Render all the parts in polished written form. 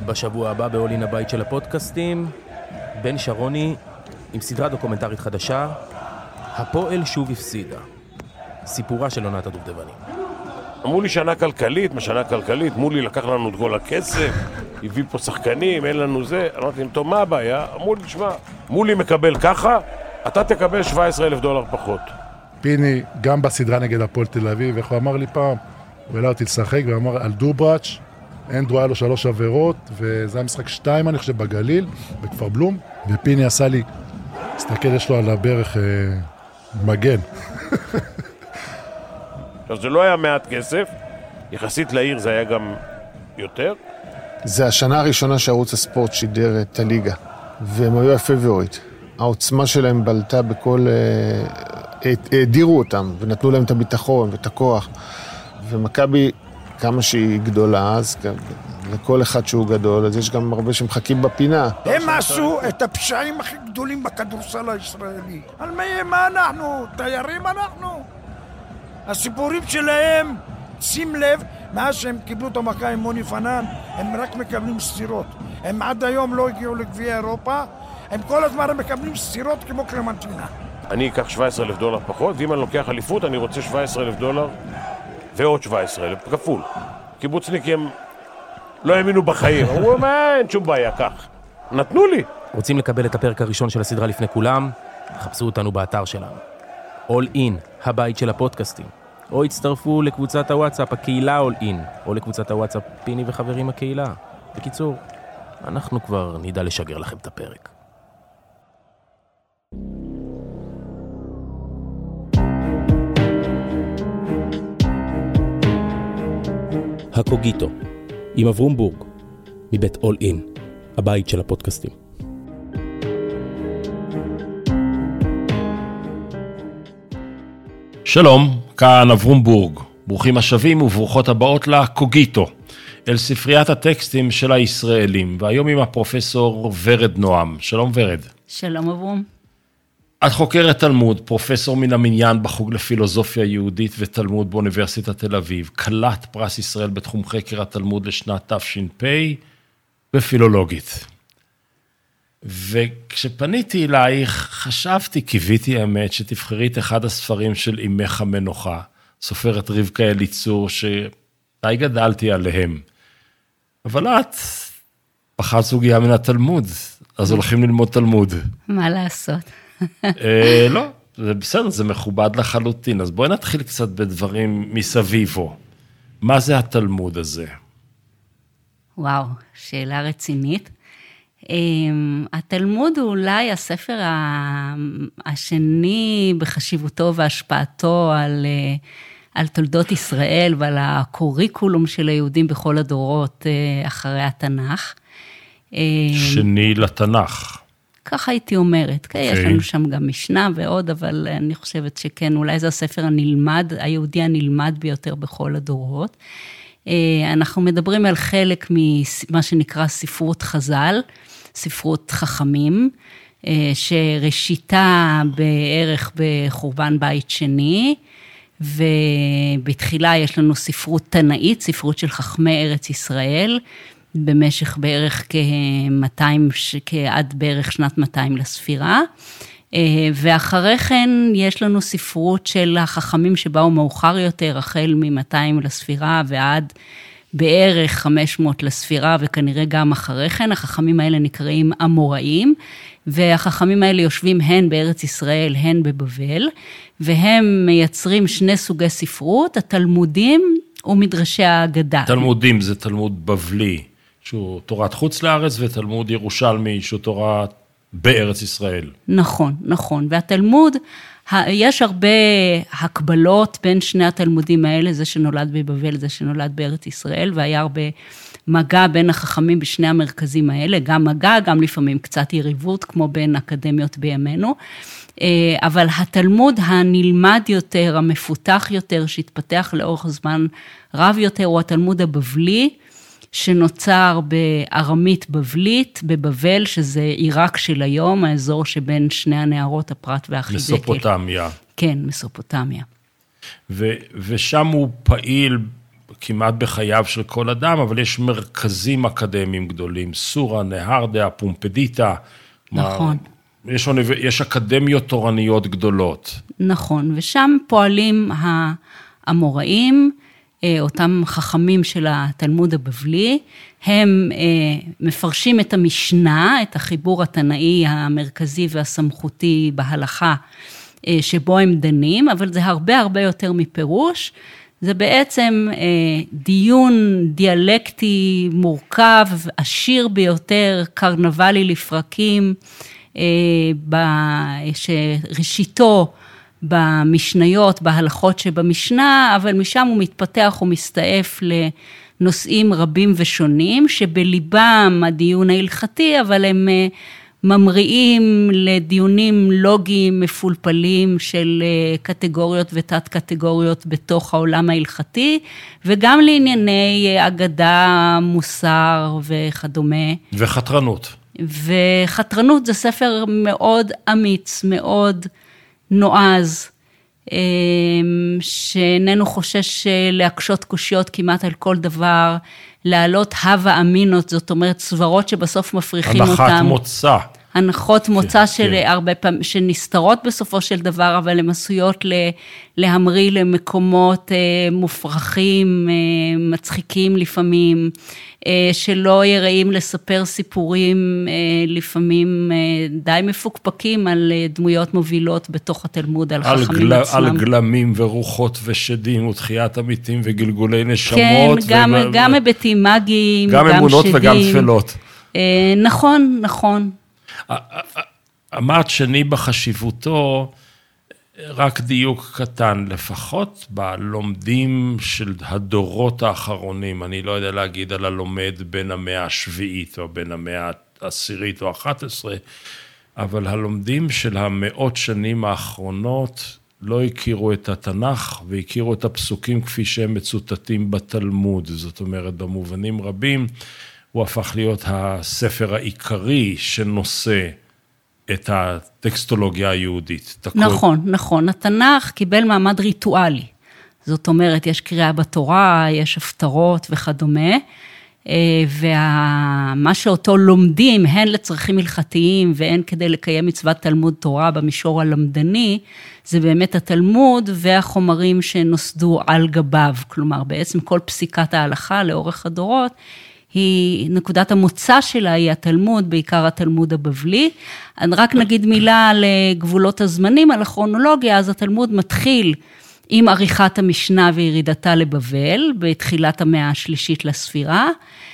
בשבוע הבא בעולין הבית של הפודקאסטים, בן שרוני עם סדרה דוקומנטרית חדשה, הפועל שוב הפסידה. סיפורה של עונת הדובדבנים. אמרו לי שנה כלכלית, מולי לקח לנו את כל הכסף, הביא פה שחקנים, אין לנו זה. אמרתי להם, טוב, מה הבעיה? אמרו לי, תשמע, מולי מקבל ככה, אתה תקבל $17,000 פחות. פיני, גם בסדרה נגד הפועל תל אביב, איך הוא אמר לי פעם, הוא העלה אותי לשחק ואמר על דובראץ', אנדרו היה לו 3 עבירות, וזה היה משחק 2, אני חושב, בגליל, בכפר בלום, ופיני עשה לי, תסתכל, יש לו על הברך מגן. עכשיו, זה לא היה מעט כסף, יחסית לעיר זה היה גם יותר. זה השנה הראשונה שערוץ הספורט שידר את הליגה, והם היו הפייבוריט. העוצמה שלהם בלטה בכל... הדירו אותם, ונתנו להם את הביטחון ואת הכוח. ומכבי, כמה שהיא גדולה אז, לכל אחד שהוא גדול, אז יש גם הרבה שמחכים בפינה. הם עשו את הפשעים הכי גדולים בכדורסל הישראלי. על מה אנחנו? תיירים אנחנו? הסיפורים שלהם, שים לב, מאז שהם קיבלו את המכה עם מוני פנן, הם רק מקבלים סתירות. הם עד היום לא הגיעו לגביע אירופה, הם כל הזמן מקבלים סתירות כמו קלמנטינה. אני אקח $17,000 פחות, ואם אני לוקח אליפות, אני רוצה $17,000 ועוד 17,000, כפול. קיבוצניקים לא האמינו בחיים, אמרו, מה, אין שום בעיה, כך. נתנו לי. רוצים לקבל את הפרק הראשון של הסדרה לפני כולם? חפשו אותנו באתר שלנו. All In, הבית של הפודקאסטים. או הצטרפו לקבוצת הוואטסאפ, הקהילה All In, או לקבוצת הוואטסאפ פיני וחברים הקהילה. בקיצור, אנחנו כבר נדע לשגר לכם את הפרק. הקוגיטו, עם אברום בורג, מבית All In, הבית של הפודקאסטים. שלום, כאן אברום בורג. ברוכים השבים וברוכות הבאות לקוגיטו, אל ספריית הטקסטים של הישראלים, והיום עם הפרופסור ורד נועם. שלום ורד. שלום אברום. את חוקרת תלמוד, פרופסור מן המניין בחוג לפילוסופיה יהודית ותלמוד באוניברסיטת תל אביב, כלת פרס ישראל בתחום חקר התלמוד לשנת תש"פ ופילולוגית. וכשפניתי אלייך, חשבתי, קיוויתי האמת, שתבחרי את אחד הספרים של אימך המנוחה, סופרת רבקה אליצור, שדי גדלתי עליהם. אבל את בחרת סוגיה מן התלמוד, אז הולכים ללמוד תלמוד. מה לעשות? לא, זה בסדר, זה מכובד לחלוטין. אז בואי נתחיל קצת בדברים מסביבו. מה זה התלמוד הזה? וואו, שאלה רצינית. התלמוד הוא אולי הספר השני בחשיבותו והשפעתו על תולדות ישראל ועל הקוריקולום של היהודים בכל הדורות אחרי התנ"ך. שני לתנ"ך. ככה הייתי אומרת, יש לנו שם גם משנה ועוד, אבל אני חושבת שכן, אולי זה הספר הנלמד, היהודי הנלמד ביותר בכל הדורות. אנחנו מדברים על חלק ממה שנקרא ספרות חז"ל, ספרות חכמים, שראשיתה בערך בחורבן בית שני, ובתחילה יש לנו ספרות תנאית, ספרות של חכמי ארץ ישראל, במשך בערך עד בערך שנת 200 לספירה, ואחרי כן יש לנו ספרות של החכמים שבאו מאוחר יותר, החל מ-200 לספירה ועד בערך 500 לספירה, וכנראה גם אחרי כן, החכמים האלה נקראים אמוראים, והחכמים האלה יושבים הן בארץ ישראל, הן בבבל, והם מייצרים שני סוגי ספרות, התלמודים ומדרשי האגדה. תלמודים זה תלמוד בבלי, שהוא תורת חוץ לארץ, ותלמוד ירושלמי, שהוא תורת בארץ ישראל. נכון, נכון. והתלמוד, יש הרבה הקבלות בין שני התלמודים האלה, זה שנולד בבבל, זה שנולד בארץ ישראל, והיה הרבה מגע בין החכמים בשני המרכזים האלה, גם מגע, גם לפעמים קצת יריבות, כמו בין אקדמיות בימינו, אבל התלמוד הנלמד יותר, המפותח יותר, שהתפתח לאורך זמן רב יותר, הוא התלמוד הבבלי, שנוצר בארמית בבלית, בבבל, שזה עיראק של היום, האזור שבין שני הנהרות, הפרת והחיזקאל. מסופוטמיה. כן, מסופוטמיה. ושם הוא פעיל כמעט בחייו של כל אדם, אבל יש מרכזים אקדמיים גדולים, סורה, נהרדה, פומפדיטה. נכון. יש אקדמיות תורניות גדולות. נכון, ושם פועלים האמוראים, אותם חכמים של התלמוד הבבלי, הם מפרשים את המשנה, את החיבור התנאי המרכזי והסמכותי בהלכה, שבו הם דנים, אבל זה הרבה הרבה יותר מפירוש, זה בעצם דיון דיאלקטי מורכב, עשיר ביותר, קרנבלי לפרקים, שראשיתו במשניות, בהלכות שבמשנה, אבל משם הוא מתפתח ומסתעף לנושאים רבים ושונים, שבליבם הדיון ההלכתי, אבל הם ממריאים לדיונים לוגיים מפולפלים של קטגוריות ותת קטגוריות בתוך העולם ההלכתי, וגם לענייני אגדה, מוסר וכדומה. וחתרנות. וחתרנות זה ספר מאוד אמיץ, מאוד נועז, שאיננו חושש להקשות קושיות כמעט על כל דבר, להעלות הווה אמינות, זאת אומרת סברות שבסוף מפריחים אותם. הנחת מוצא. הנחות מוצא של הרבה פעמים, שנסתרות בסופו של דבר, אבל הן עשויות להמריא למקומות מופרכים, מצחיקים לפעמים, שלא יראים לספר סיפורים לפעמים די מפוקפקים על דמויות מובילות בתוך התלמוד, על חכמים עצמם. על גלמים ורוחות ושדים ותחיית המתים וגלגולי נשמות. כן, גם היבטים מאגיים, גם אמונות וגם תפלות. נכון, נכון. אמרת שני בחשיבותו, רק דיוק קטן, לפחות בלומדים של הדורות האחרונים, אני לא יודע להגיד על הלומד בין המאה השביעית או בין המאה העשירית או 11, אבל הלומדים של המאות שנים האחרונות לא הכירו את התנ"ך והכירו את הפסוקים כפי שהם מצוטטים בתלמוד, זאת אומרת במובנים רבים, הוא הפך להיות הספר העיקרי שנושא את הטקסטולוגיה היהודית. נכון, נכון. התנ"ך קיבל מעמד ריטואלי. זאת אומרת, יש קריאה בתורה, יש הפטרות וכדומה, ומה שאותו לומדים, הן לצרכים הלכתיים והן כדי לקיים מצוות תלמוד תורה במישור הלמדני, זה באמת התלמוד והחומרים שנוסדו על גביו. כלומר, בעצם כל פסיקת ההלכה לאורך הדורות, היא, נקודת המוצא שלה היא התלמוד, בעיקר התלמוד הבבלי. אני רק נגיד מילה על גבולות הזמנים, על הכרונולוגיה, אז התלמוד מתחיל עם עריכת המשנה וירידתה לבבל, בתחילת המאה השלישית לספירה,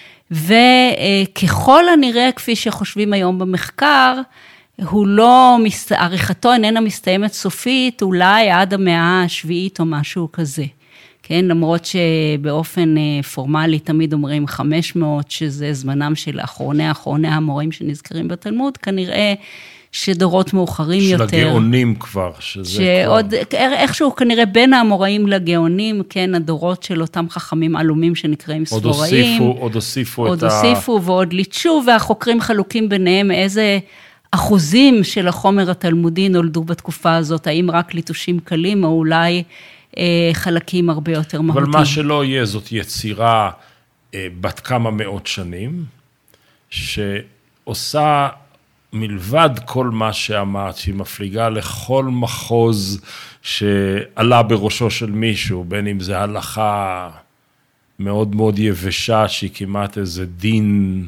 וככל הנראה, כפי שחושבים היום במחקר, הוא לא, עריכתו איננה מסתיימת סופית, אולי עד המאה השביעית או משהו כזה. כן, למרות שבאופן פורמלי תמיד אומרים 500, שזה זמנם של אחרוני המורים שנזכרים בתלמוד, כנראה שדורות מאוחרים יותר. של הגאונים כבר, שעוד, איכשהו כנראה בין האמוראים לגאונים, כן, הדורות של אותם חכמים עלומים שנקראים ספוראים. עוד הוסיפו ועוד ליטשו, והחוקרים חלוקים ביניהם איזה אחוזים של החומר התלמודי נולדו בתקופה הזאת, האם רק ליטושים קלים או אולי חלקים הרבה יותר מהותיים. אבל מה שלא יהיה, זאת יצירה בת כמה מאות שנים, שעושה מלבד כל מה שאמרת, שהיא מפליגה לכל מחוז שעלה בראשו של מישהו, בין אם זה הלכה מאוד מאוד יבשה, שהיא כמעט איזה דין,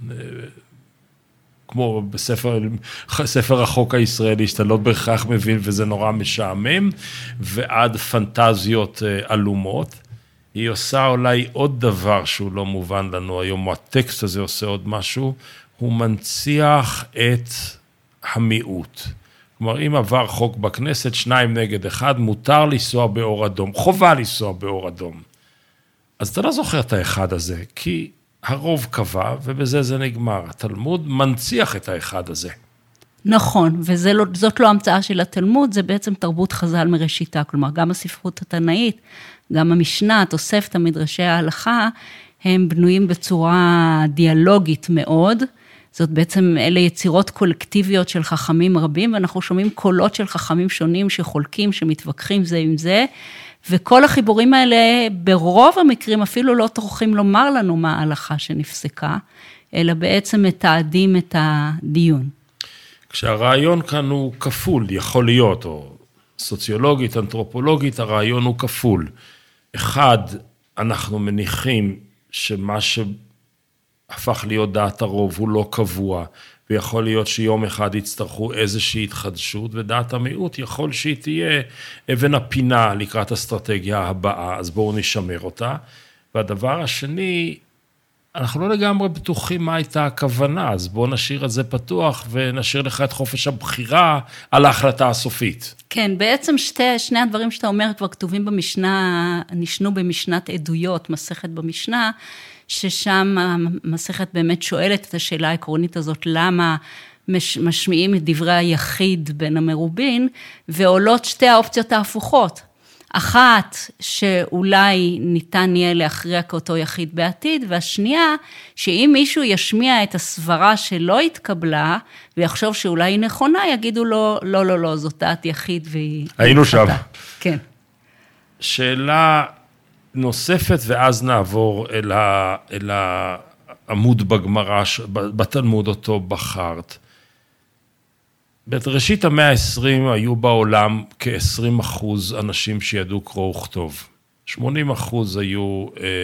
כמו בספר החוק הישראלי, שאתה לא בהכרח מבין וזה נורא משעמם, ועד פנטזיות אלומות. היא עושה אולי עוד דבר שהוא לא מובן לנו היום, הטקסט הזה עושה עוד משהו, הוא מנציח את המיעוט. כלומר, אם עבר חוק בכנסת, 2 נגד 1, מותר לנסוע באור אדום, חובה לנסוע באור אדום. אז אתה לא זוכר את האחד הזה, כי הרוב קבע, ובזה זה נגמר. התלמוד מנציח את האחד הזה. נכון, וזאת לא המצאה של התלמוד, זה בעצם תרבות חז"ל מראשיתה, כלומר, גם הספרות התנאית, גם המשנה, התוספתא, מדרשי ההלכה, הם בנויים בצורה דיאלוגית מאוד, זאת בעצם אלה יצירות קולקטיביות של חכמים רבים, ואנחנו שומעים קולות של חכמים שונים שחולקים, שמתווכחים זה עם זה, וכל החיבורים האלה, ברוב המקרים אפילו לא טורחים לומר לנו מה ההלכה שנפסקה, אלא בעצם מתעדים את הדיון. כשהרעיון כאן הוא כפול, יכול להיות, או סוציולוגית, אנתרופולוגית, הרעיון הוא כפול. אחד, אנחנו מניחים שמה שהפך להיות דעת הרוב הוא לא קבוע, ויכול להיות שיום אחד יצטרכו איזושהי התחדשות, ודעת המיעוט יכול שהיא תהיה אבן הפינה לקראת אסטרטגיה הבאה, אז בואו נשמר אותה. והדבר השני, אנחנו לא לגמרי בטוחים מה הייתה הכוונה, אז בואו נשאיר את זה פתוח, ונשאיר לך את חופש הבחירה על ההחלטה הסופית. כן, בעצם שני הדברים שאתה אומר כבר כתובים במשנה, נשנו במשנת עדויות, מסכת במשנה, ששם המסכת באמת שואלת את השאלה העקרונית הזאת, למה משמיעים את דברי היחיד בין המרובין, ועולות שתי האופציות ההפוכות. אחת, שאולי ניתן יהיה להכריע כאותו יחיד בעתיד, והשנייה, שאם מישהו ישמיע את הסברה שלא התקבלה, ויחשוב שאולי היא נכונה, יגידו לו, לא, לא, לא, זאת דעת יחיד והיא... היינו שם. כן. שאלה נוספת, ואז נעבור אל העמוד בגמרא, בתלמוד אותו בחרת. בראשית המאה ה-20 היו בעולם כ-20% אנשים שידעו קרוא וכתוב. 80% היו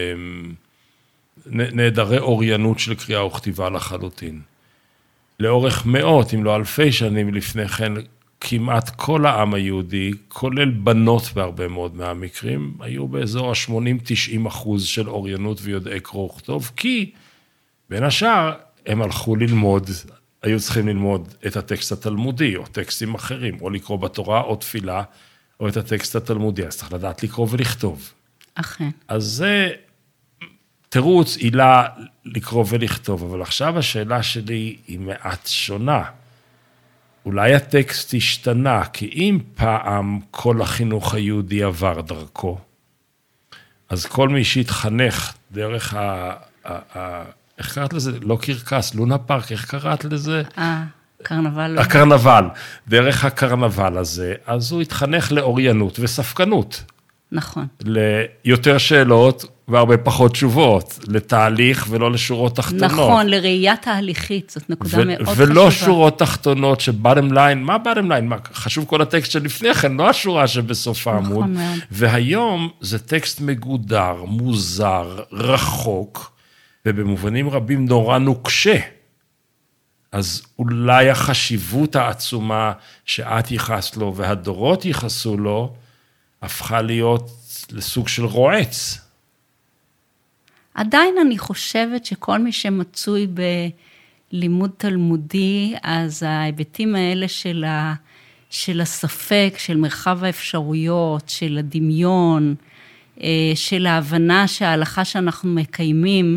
נעדרי אוריינות של קריאה וכתיבה לחלוטין. לאורך מאות, אם לא אלפי שנים לפני כן, כמעט כל העם היהודי, כולל בנות בהרבה מאוד מהמקרים, היו באזור ה-80-90% של אוריינות ויודעי קרוא וכתוב, כי בין השאר הם הלכו ללמוד, היו צריכים ללמוד את הטקסט התלמודי, או טקסטים אחרים, או לקרוא בתורה, או תפילה, או את הטקסט התלמודי, אז צריך לדעת לקרוא ולכתוב. אכן. אז זה תירוץ, עילה לקרוא ולכתוב, אבל עכשיו השאלה שלי היא מעט שונה. אולי הטקסט השתנה, כי אם פעם כל החינוך היהודי עבר דרכו, אז כל מי שהתחנך דרך איך קראת לזה? לא קרקס, לונה פארק, איך קראת לזה? קרנבל. הקרנבל. דרך הקרנבל הזה, אז הוא התחנך לאוריינות וספקנות. נכון. ליותר שאלות והרבה פחות תשובות, לתהליך ולא לשורות תחתונות. נכון, לראייה תהליכית, זאת נקודה מאוד חשובה. ולא שורות תחתונות שבאדם ליין, מה באדם ליין? חשוב כל הטקסט שלפני כן, לא השורה שבסוף העמוד. נכון מאוד. והיום זה טקסט מגודר, מוזר, רחוק, ובמובנים רבים נורא נוקשה. אז אולי החשיבות העצומה שאת ייחסת לו והדורות ייחסו לו, הפכה להיות לסוג של רועץ. עדיין אני חושבת שכל מי שמצוי בלימוד תלמודי, אז ההיבטים האלה של הספק, של מרחב האפשרויות, של הדמיון, של ההבנה שההלכה שאנחנו מקיימים,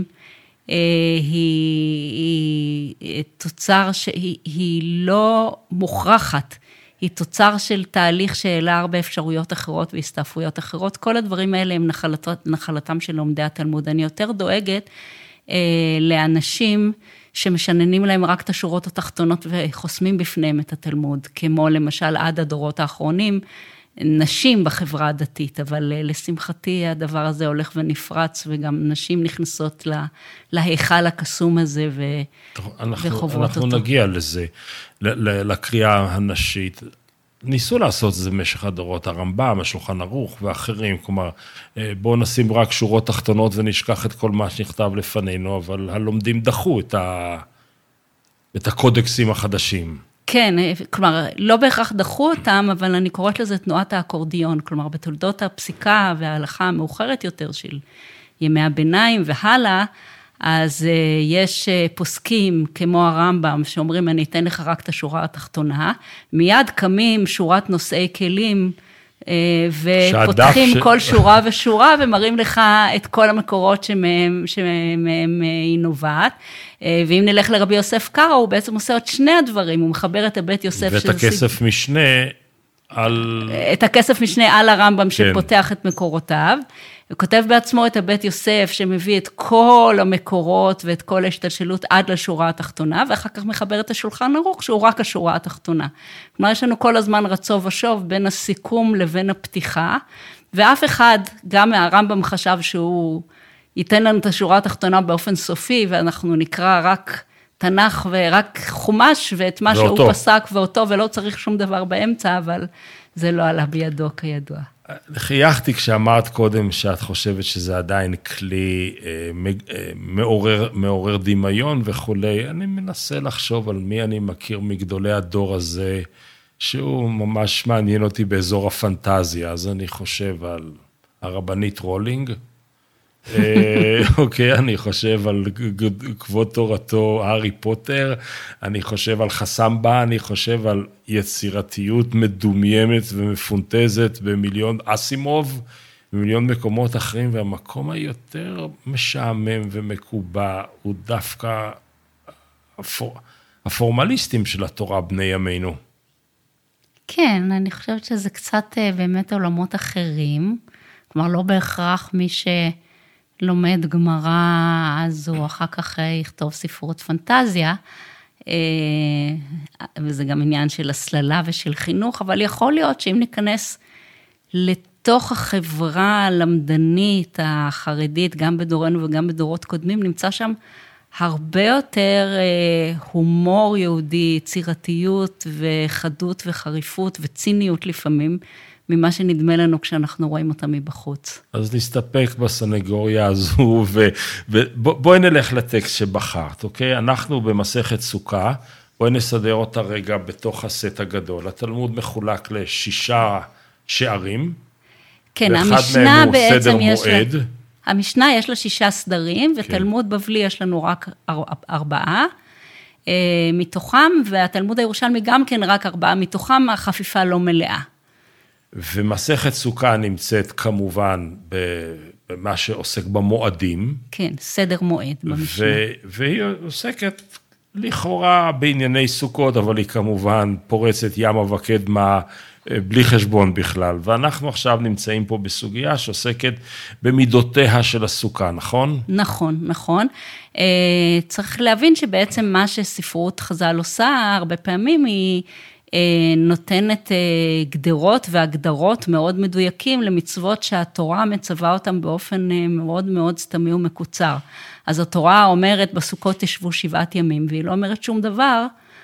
היא תוצר שהיא לא מוכרחת, היא תוצר של תהליך שהעלה הרבה אפשרויות אחרות והסתעפויות אחרות. כל הדברים האלה הם נחלתם של לומדי התלמוד. אני יותר דואגת לאנשים שמשננים להם רק את השורות התחתונות וחוסמים בפניהם את התלמוד, כמו למשל עד הדורות האחרונים, נשים בחברה הדתית, אבל לשמחתי הדבר הזה הולך ונפרץ, וגם נשים נכנסות להיכל הקסום הזה וחוברות אותו. אנחנו נגיע לזה, לקריאה הנשית. ניסו לעשות את זה במשך הדורות, הרמב"ם, השולחן ערוך ואחרים, כלומר, בואו נשים רק שורות תחתונות ונשכח את כל מה שנכתב לפנינו, אבל הלומדים דחו את הקודקסים החדשים. כן, כלומר, לא בהכרח דחו אותם, אבל אני קוראת לזה תנועת האקורדיון, כלומר, בתולדות הפסיקה וההלכה המאוחרת יותר של ימי הביניים והלאה, אז יש פוסקים כמו הרמב"ם שאומרים, אני אתן לך רק את השורה התחתונה, מיד קמים שורת נושאי כלים, ופותחים כל שורה ושורה, ומראים לך את כל המקורות שמהם היא נובעת, ואם נלך לרבי יוסף קרא, הוא בעצם עושה עוד שני הדברים, הוא מחבר את הבית יוסף ואת הכסף משנה על... את הכסף משנה על הרמב"ם שפותח את מקורותיו, וכותב בעצמו את הבית יוסף שמביא את כל המקורות ואת כל ההשתלשלות עד לשורה התחתונה, ואחר כך מחבר את השולחן ערוך שהוא רק השורה התחתונה. כלומר, יש לנו כל הזמן רצו ושוב בין הסיכום לבין הפתיחה, ואף אחד, גם הרמב"ם חשב שהוא ייתן לנו את השורה התחתונה באופן סופי, ואנחנו נקרא רק תנ"ך ורק חומש, ואת מה שהוא פסק ואותו, ולא צריך שום דבר באמצע, אבל זה לא עלה בידו כידוע. חייכתי כשאמרת קודם שאת חושבת שזה עדיין כלי מעורר דמיון וכולי. אני מנסה לחשוב על מי אני מכיר מגדולי הדור הזה, שהוא ממש מעניין אותי באזור הפנטזיה, אז אני חושב על הרבנית רולינג, אוקיי, אני חושב על כבוד תורתו הארי פוטר, אני חושב על חסמבה, אני חושב על יצירתיות מדומיימת ומפונטזת במיליון אסימוב, במיליון מקומות אחרים, והמקום היותר משעמם ומקובע הוא דווקא הפורמליסטים של התורה בני ימינו. כן, אני חושבת שזה קצת באמת עולמות אחרים, כלומר לא בהכרח מי שלומד גמרא, אז הוא אחר כך יכתוב ספרות פנטזיה, וזה גם עניין של הסללה ושל חינוך, אבל יכול להיות שאם ניכנס לתוך החברה הלמדנית החרדית, גם בדורנו וגם בדורות קודמים, נמצא שם הרבה יותר הומור יהודי, יצירתיות וחדות וחריפות וציניות לפעמים, ממה שנדמה לנו כשאנחנו רואים אותה מבחוץ. אז נסתפק בסנגוריה הזו, ובואי נלך לטקסט שבחרת, אוקיי? אנחנו במסכת סוכה, בואי נסדר אותה רגע בתוך הסט הגדול. התלמוד מחולק ל6 שערים, כן, המשנה בעצם יש לה, המשנה יש לה 6 סדרים, ותלמוד בבלי יש לנו רק 4, מתוכם, והתלמוד הירושלמי גם כן רק 4, מתוכם החפיפה לא מלאה. ומסכת סוכה נמצאת כמובן במה שעוסק במועדים. כן, סדר מועד במשנה. והיא עוסקת לכאורה בענייני סוכות, אבל היא כמובן פורצת ימה וקדמה בלי חשבון בכלל. ואנחנו עכשיו נמצאים פה בסוגיה שעוסקת במידותיה של הסוכה, נכון? נכון, נכון. צריך להבין שבעצם מה שספרות חז"ל עושה, הרבה פעמים היא נותנת גדרות והגדרות מאוד מדויקים למצוות שהתורה מצווה אותם באופן מאוד מאוד סתמי ומקוצר. אז התורה אומרת בסוכות תשבו 7 ימים, והיא לא אומרת שום דבר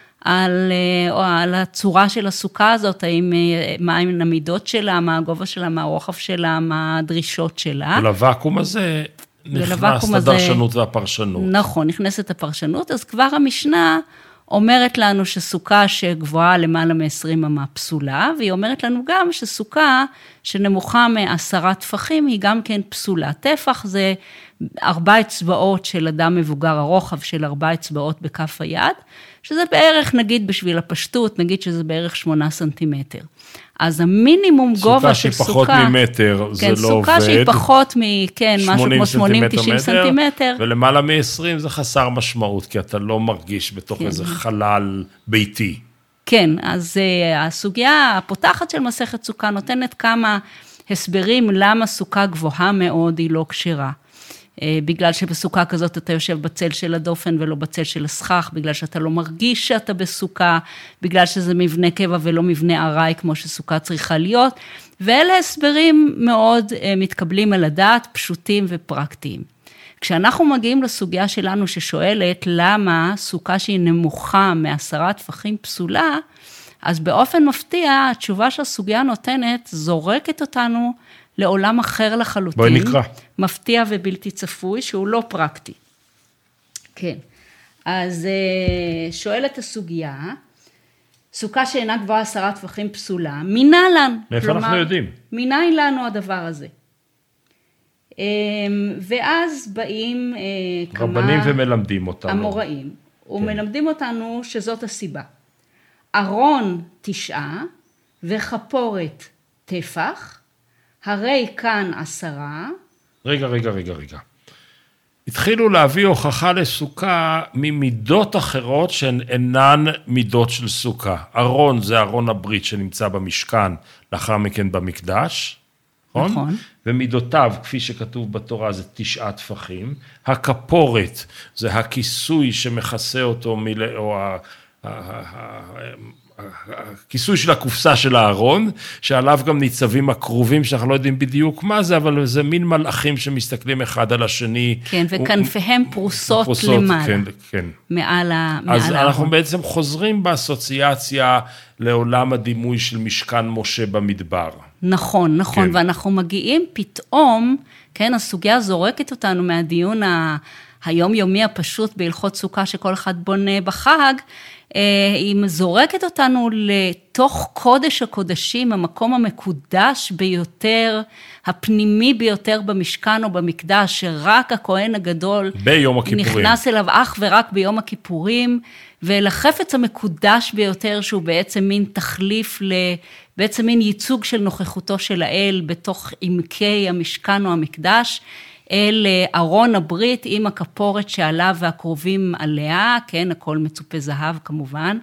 על הצורה של הסוכה הזאת, מה עם המידות שלה, מה הגובה שלה, מה הרוחב שלה, מה הדרישות שלה. ולוואקום הזה נכנס הדרשנות והפרשנות. נכון, נכנסת הפרשנות, אז כבר המשנה אומרת לנו שסוכה שגבוהה למעלה מ-20 אמה פסולה, והיא אומרת לנו גם שסוכה שנמוכה מ10 טפחים היא גם כן פסולה. טפח זה 4 אצבעות של אדם מבוגר, הרוחב של 4 אצבעות בכף היד, שזה בערך, נגיד בשביל הפשטות, נגיד שזה בערך 8 סנטימטר. אז המינימום גובה של סוכה, סוכה שהיא פחות ממטר, זה לא עובד. סוכה שהיא פחות משהו כמו 80-90 סנטימטר. ולמעלה מ-20 זה חסר משמעות, כי אתה לא מרגיש בתוך איזה חלל ביתי. כן, אז הסוגיה הפותחת של מסכת סוכה נותנת כמה הסברים למה סוכה גבוהה מאוד היא לא כשרה. בגלל שבסוכה כזאת אתה יושב בצל של הדופן ולא בצל של הסכך, בגלל שאתה לא מרגיש שאתה בסוכה, בגלל שזה מבנה קבע ולא מבנה ארעי כמו שסוכה צריכה להיות, ואלה הסברים מאוד מתקבלים על הדעת, פשוטים ופרקטיים. כשאנחנו מגיעים לסוגיה שלנו ששואלת למה סוכה שהיא נמוכה מ10 טפחים פסולה, אז באופן מפתיע התשובה שהסוגיה נותנת זורקת אותנו לעולם אחר לחלוטין. בואי נקרא. מפתיע ובלתי צפוי, שהוא לא פרקטי. כן. אז שואלת הסוגיה, סוכה שאינה גבוהה 10 טפחים פסולה, מינהלן. מאיפה אנחנו יודעים? מניין לנו הדבר הזה. ואז באים כמה רבנים ומלמדים אותנו. המוראים, ומלמדים אותנו שזאת הסיבה. ארון 9 וכפורת טפח, הרי כאן 10. רגע. התחילו להביא הוכחה לסוכה ממידות אחרות שהן אינן מידות של סוכה. ארון זה ארון הברית שנמצא במשכן, לאחר מכן במקדש. נכון. ומידותיו, כפי שכתוב בתורה, זה 9 טפחים. הכפורת זה הכיסוי שמכסה אותו, או הכיסוי של הקופסה של הארון, שעליו גם ניצבים הקרובים, שאנחנו לא יודעים בדיוק מה זה, אבל זה מין מלאכים שמסתכלים אחד על השני. כן, וכנפיהם פרוסות למעלה. כן, כן. מעל הארון. אז אנחנו בעצם חוזרים באסוציאציה לעולם הדימוי של משכן משה במדבר. נכון, נכון, כן. ואנחנו מגיעים פתאום, כן, הסוגיה זורקת אותנו מהדיון היומיומי הפשוט בהלכות סוכה שכל אחד בונה בחג, היא זורקת אותנו לתוך קודש הקודשים, המקום המקודש ביותר, הפנימי ביותר במשכן או במקדש, שרק הכהן הגדול ביום הכיפורים. נכנס אליו אך ורק ביום הכיפורים, ולחפץ המקודש ביותר, שהוא בעצם מין תחליף, בעצם מין ייצוג של נוכחותו של האל, בתוך עמקי המשכן או המקדש, אל ארון הברית עם הכפורת שעליו והקרובים עליה, כן, הכל מצופה זהב כמובן,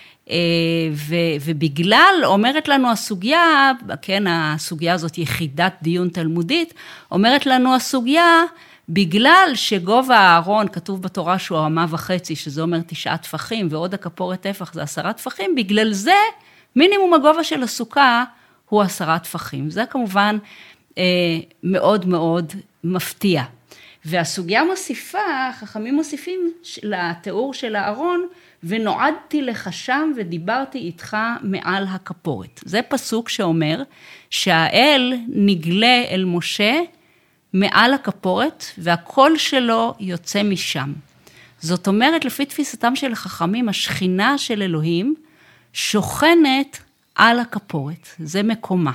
ובגלל, אומרת לנו הסוגיה, כן, הסוגיה הזאת יחידת דיון תלמודית, אומרת לנו הסוגיה, בגלל שגובה הארון, כתוב בתורה שהוא 1.5, שזה אומר 9 טפחים, ועוד הכפורת טפח זה 10 טפחים, בגלל זה מינימום הגובה של הסוכה הוא 10 טפחים. זה כמובן מאוד מאוד מפתיע. והסוגיה מוסיפה, חכמים מוסיפים לתיאור של הארון, ונועדתי לך שם ודיברתי איתך מעל הכפורת. זה פסוק שאומר שהאל נגלה אל משה מעל הכפורת, והקול שלו יוצא משם. זאת אומרת, לפי תפיסתם של החכמים, השכינה של אלוהים שוכנת על הכפורת. זה מקומה.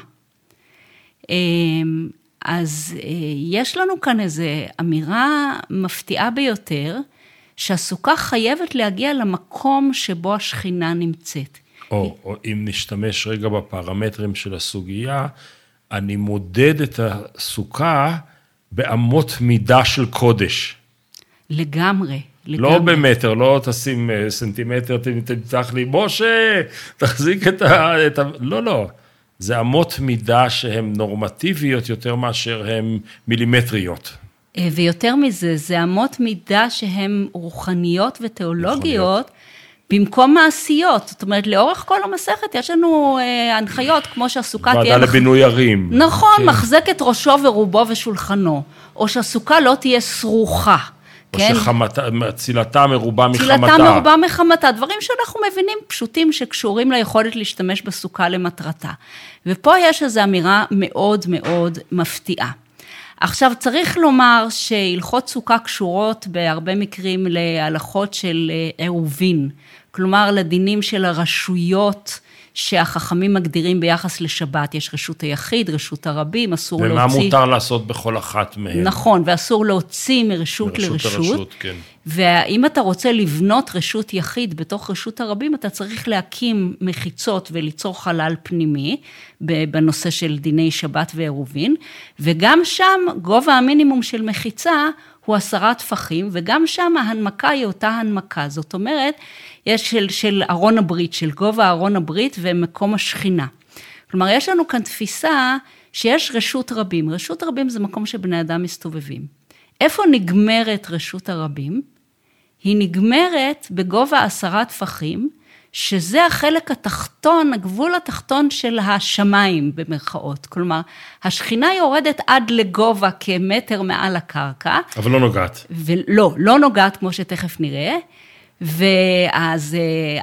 אז יש לנו כאן איזו אמירה מפתיעה ביותר, שהסוכה חייבת להגיע למקום שבו השכינה נמצאת. או אם נשתמש רגע בפרמטרים של הסוגיה, אני מודד את הסוכה באמות מידה של קודש. לגמרי. לא במטר, לא תשים סנטימטר, תצטרך לי, משה, תחזיק את ה... לא. זה אמות מידה שהן נורמטיביות יותר מאשר הן מילימטריות. ויותר מזה, זה אמות מידה שהן רוחניות ותיאולוגיות, במקום מעשיות. זאת אומרת, לאורך כל המסכת יש לנו הנחיות, כמו שהסוכה תהיה... ועדה לבינוי ערים. נכון, כן. מחזק את ראשו ורובו ושולחנו, או שהסוכה לא תהיה סרוכה. או כן? צילתה מרובה מחמתה. צילתה מרובה מחמתה, דברים שאנחנו מבינים פשוטים שקשורים ליכולת להשתמש בסוכה למטרתה. ופה יש איזו אמירה מאוד מאוד מפתיעה. עכשיו צריך לומר שהלכות סוכה קשורות בהרבה מקרים להלכות של עירובין, כלומר לדינים של הרשויות שהחכמים מגדירים ביחס לשבת, יש רשות היחיד, רשות הרבים, אסור להוציא... ומה מותר לעשות בכל אחת מהן? נכון, ואסור להוציא מרשות לרשות. כן. ואם אתה רוצה לבנות רשות יחיד בתוך רשות הרבים, אתה צריך להקים מחיצות וליצור חלל פנימי, בנושא של דיני שבת ועירובין, וגם שם גובה המינימום של מחיצה הוא 10 טפחים, וגם שם ההנמקה היא אותה הנמקה, זאת אומרת, יש של ארון הברית, של גובה ארון הברית ומקום השכינה. כלומר, יש לנו כאן תפיסה שיש רשות רבים. רשות רבים זה מקום שבני אדם מסתובבים. איפה נגמרת רשות הרבים? היא נגמרת בגובה 10 טפחים, שזה החלק התחתון, הגבול התחתון של השמיים במרכאות. כלומר, השכינה יורדת עד לגובה כמטר מעל הקרקע. אבל לא נוגעת. לא נוגעת כמו שתכף נראה. ואז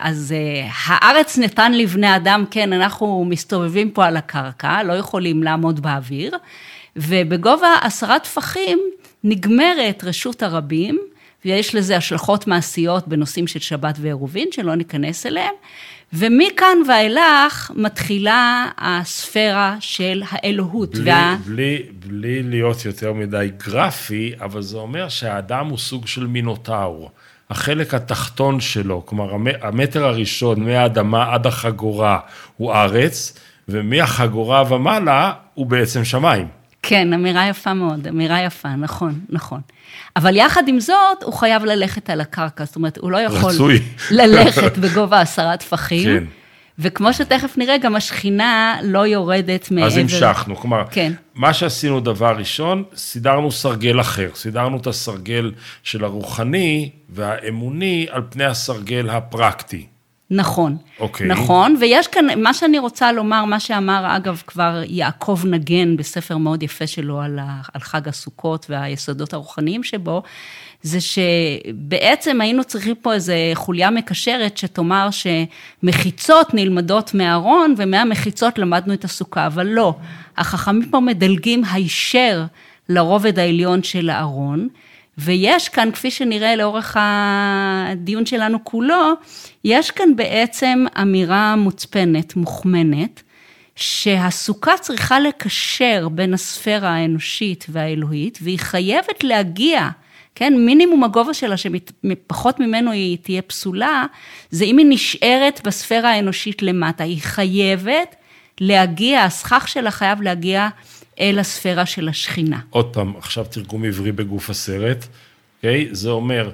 הארץ נתן לבני אדם, כן, אנחנו מסתובבים פה על הקרקע, לא יכולים לעמוד באוויר, ובגובה 10 טפחים נגמרת רשות הרבים, ויש לזה השלכות מעשיות בנושאים של שבת ועירובין, שלא ניכנס אליהם, ומכאן ואילך מתחילה הספירה של האלוהות. בלי להיות יותר מדי גרפי, אבל זה אומר שהאדם הוא סוג של מינוטאור. החלק התחתון שלו, כלומר המטר הראשון מהאדמה עד החגורה הוא ארץ, ומהחגורה ומעלה הוא בעצם שמיים. כן, אמירה יפה מאוד, אמירה יפה, נכון. אבל יחד עם זאת, הוא חייב ללכת על הקרקע, זאת אומרת, הוא לא יכול ללכת בגובה 10 טפחים, כן. וכמו שתכף נראה, גם השכינה לא יורדת מעבר. אז המשכנו, כלומר, כן. מה שעשינו דבר ראשון, סידרנו סרגל אחר, סידרנו את הסרגל של הרוחני והאמוני על פני הסרגל הפרקטי. נכון, אוקיי. נכון, ויש כאן, מה שאני רוצה לומר, מה שאמר אגב כבר יעקב נגן בספר מאוד יפה שלו על חג הסוכות והיסודות הרוחניים שבו, זה שבעצם היינו צריכים פה איזו חוליה מקשרת שתאמר שמחיצות נלמדות מהארון, ומהמחיצות למדנו את הסוכה, אבל לא, החכמים פה מדלגים הישר לרובד העליון של הארון, ויש כאן, כפי שנראה לאורך הדיון שלנו כולו, יש כאן בעצם אמירה מוצפנת, מוכמנת, שהסוכה צריכה לקשר בין הספירה האנושית והאלוהית, והיא חייבת להגיע, כן, מינימום הגובה שלה, שפחות ממנו היא תהיה פסולה, זה אם היא נשארת בספירה האנושית למטה, היא חייבת להגיע, הסכך שלה חייב להגיע אל הספירה של השכינה. עוד פעם, עכשיו תרגום עברי בגוף הסרט, אוקיי? זה אומר,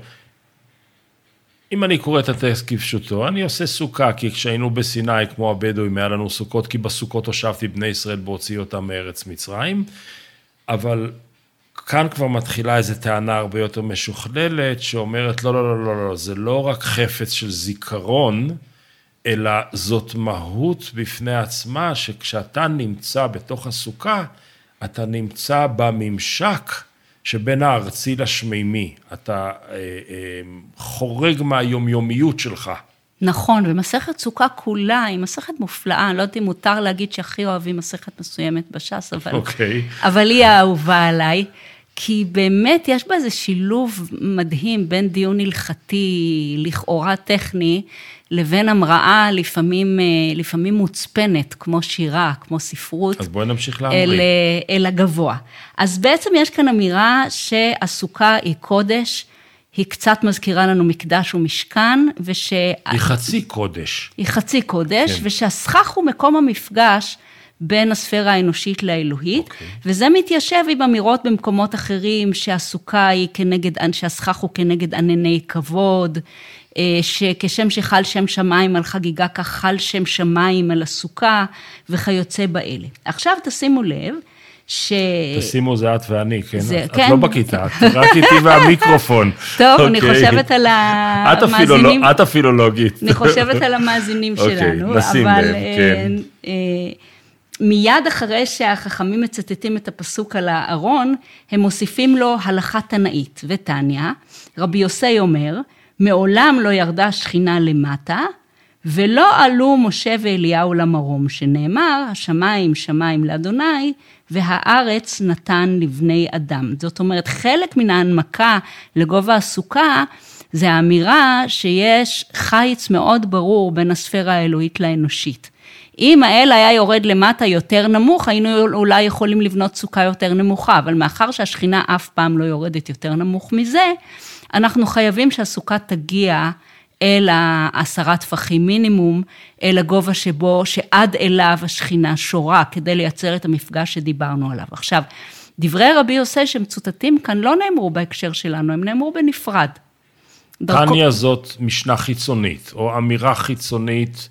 אם אני קורא את הטקסט כפשוטו, אני עושה סוכה, כי כשהיינו בסיני, כמו הבדואים, היה לנו סוכות, כי בסוכות הושבתי בני ישראל בהוציא אותם מארץ מצרים, אבל כאן כבר מתחילה איזו טענה הרבה יותר משוכללת, שאומרת, לא, זה לא רק חפץ של זיכרון, אלא זאת מהות בפני עצמה, שכשאתה נמצא בתוך הסוכה, אתה נמצא בממשק שבין הארצי לשמימי, אתה חורג מהיומיומיות שלך. נכון, ומסכת סוכה כולה היא מסכת מופלאה, אני לא יודעת אם מותר להגיד שהכי אוהבים מסכת מסוימת בש"ס, אבל היא האהובה עליי, כי באמת יש בה איזה שילוב מדהים בין דיון הלכתי, לכאורה טכני, לבין המראה לפעמים מוצפנת, כמו שירה, כמו ספרות. אז בואי נמשיך להמריא. אל הגבוה. אז בעצם יש כאן אמירה שהסוכה היא קודש, היא קצת מזכירה לנו מקדש ומשכן, היא חצי קודש. היא חצי קודש, כן. ושהסכך הוא מקום המפגש בין הספירה האנושית לאלוהית, וזה מתיישב עם אמירות במקומות אחרים, שהסוכה היא כנגד, שהסכך הוא כנגד ענני כבוד, שכשם שחל שם שמיים על חגיגה, כך חל שם שמיים על הסוכה, וכיוצא באלה. עכשיו תשימו לב, תשימו זה את ואני, כן? את כן. לא בכיתה, את רק איתי והמיקרופון. טוב, אני חושבת על המאזינים. את אפילו לוגית. אני חושבת על המאזינים שלנו. נשים לב, כן. מיד אחרי שהחכמים מצטטים את הפסוק על הארון, הם מוסיפים לו הלכה תנאית ותניא. רבי יוסי אומר, מעולם לא ירדה שכינה למטה, ולא עלו משה ואליהו למרום, שנאמר, השמיים שמיים לאדוני, והארץ נתן לבני אדם. זאת אומרת, חלק מן ההנמקה לגובה הסוכה, זה האמירה שיש חיץ מאוד ברור בין הספירה האלוהית לאנושית. אם האל היה יורד למטה יותר נמוך, היינו אולי יכולים לבנות סוכה יותר נמוכה, אבל מאחר שהשכינה אף פעם לא יורדת יותר נמוך מזה, אנחנו חייבים שהסוכה תגיע אל 10 טפחים מינימום, אל הגובה שבו, שעד אליו השכינה שורה, כדי לייצר את המפגש שדיברנו עליו. עכשיו, דברי רבי יוסי שמצוטטים כאן לא נאמרו בהקשר שלנו, הם נאמרו בנפרד. תניא זאת משנה חיצונית, או אמירה חיצונית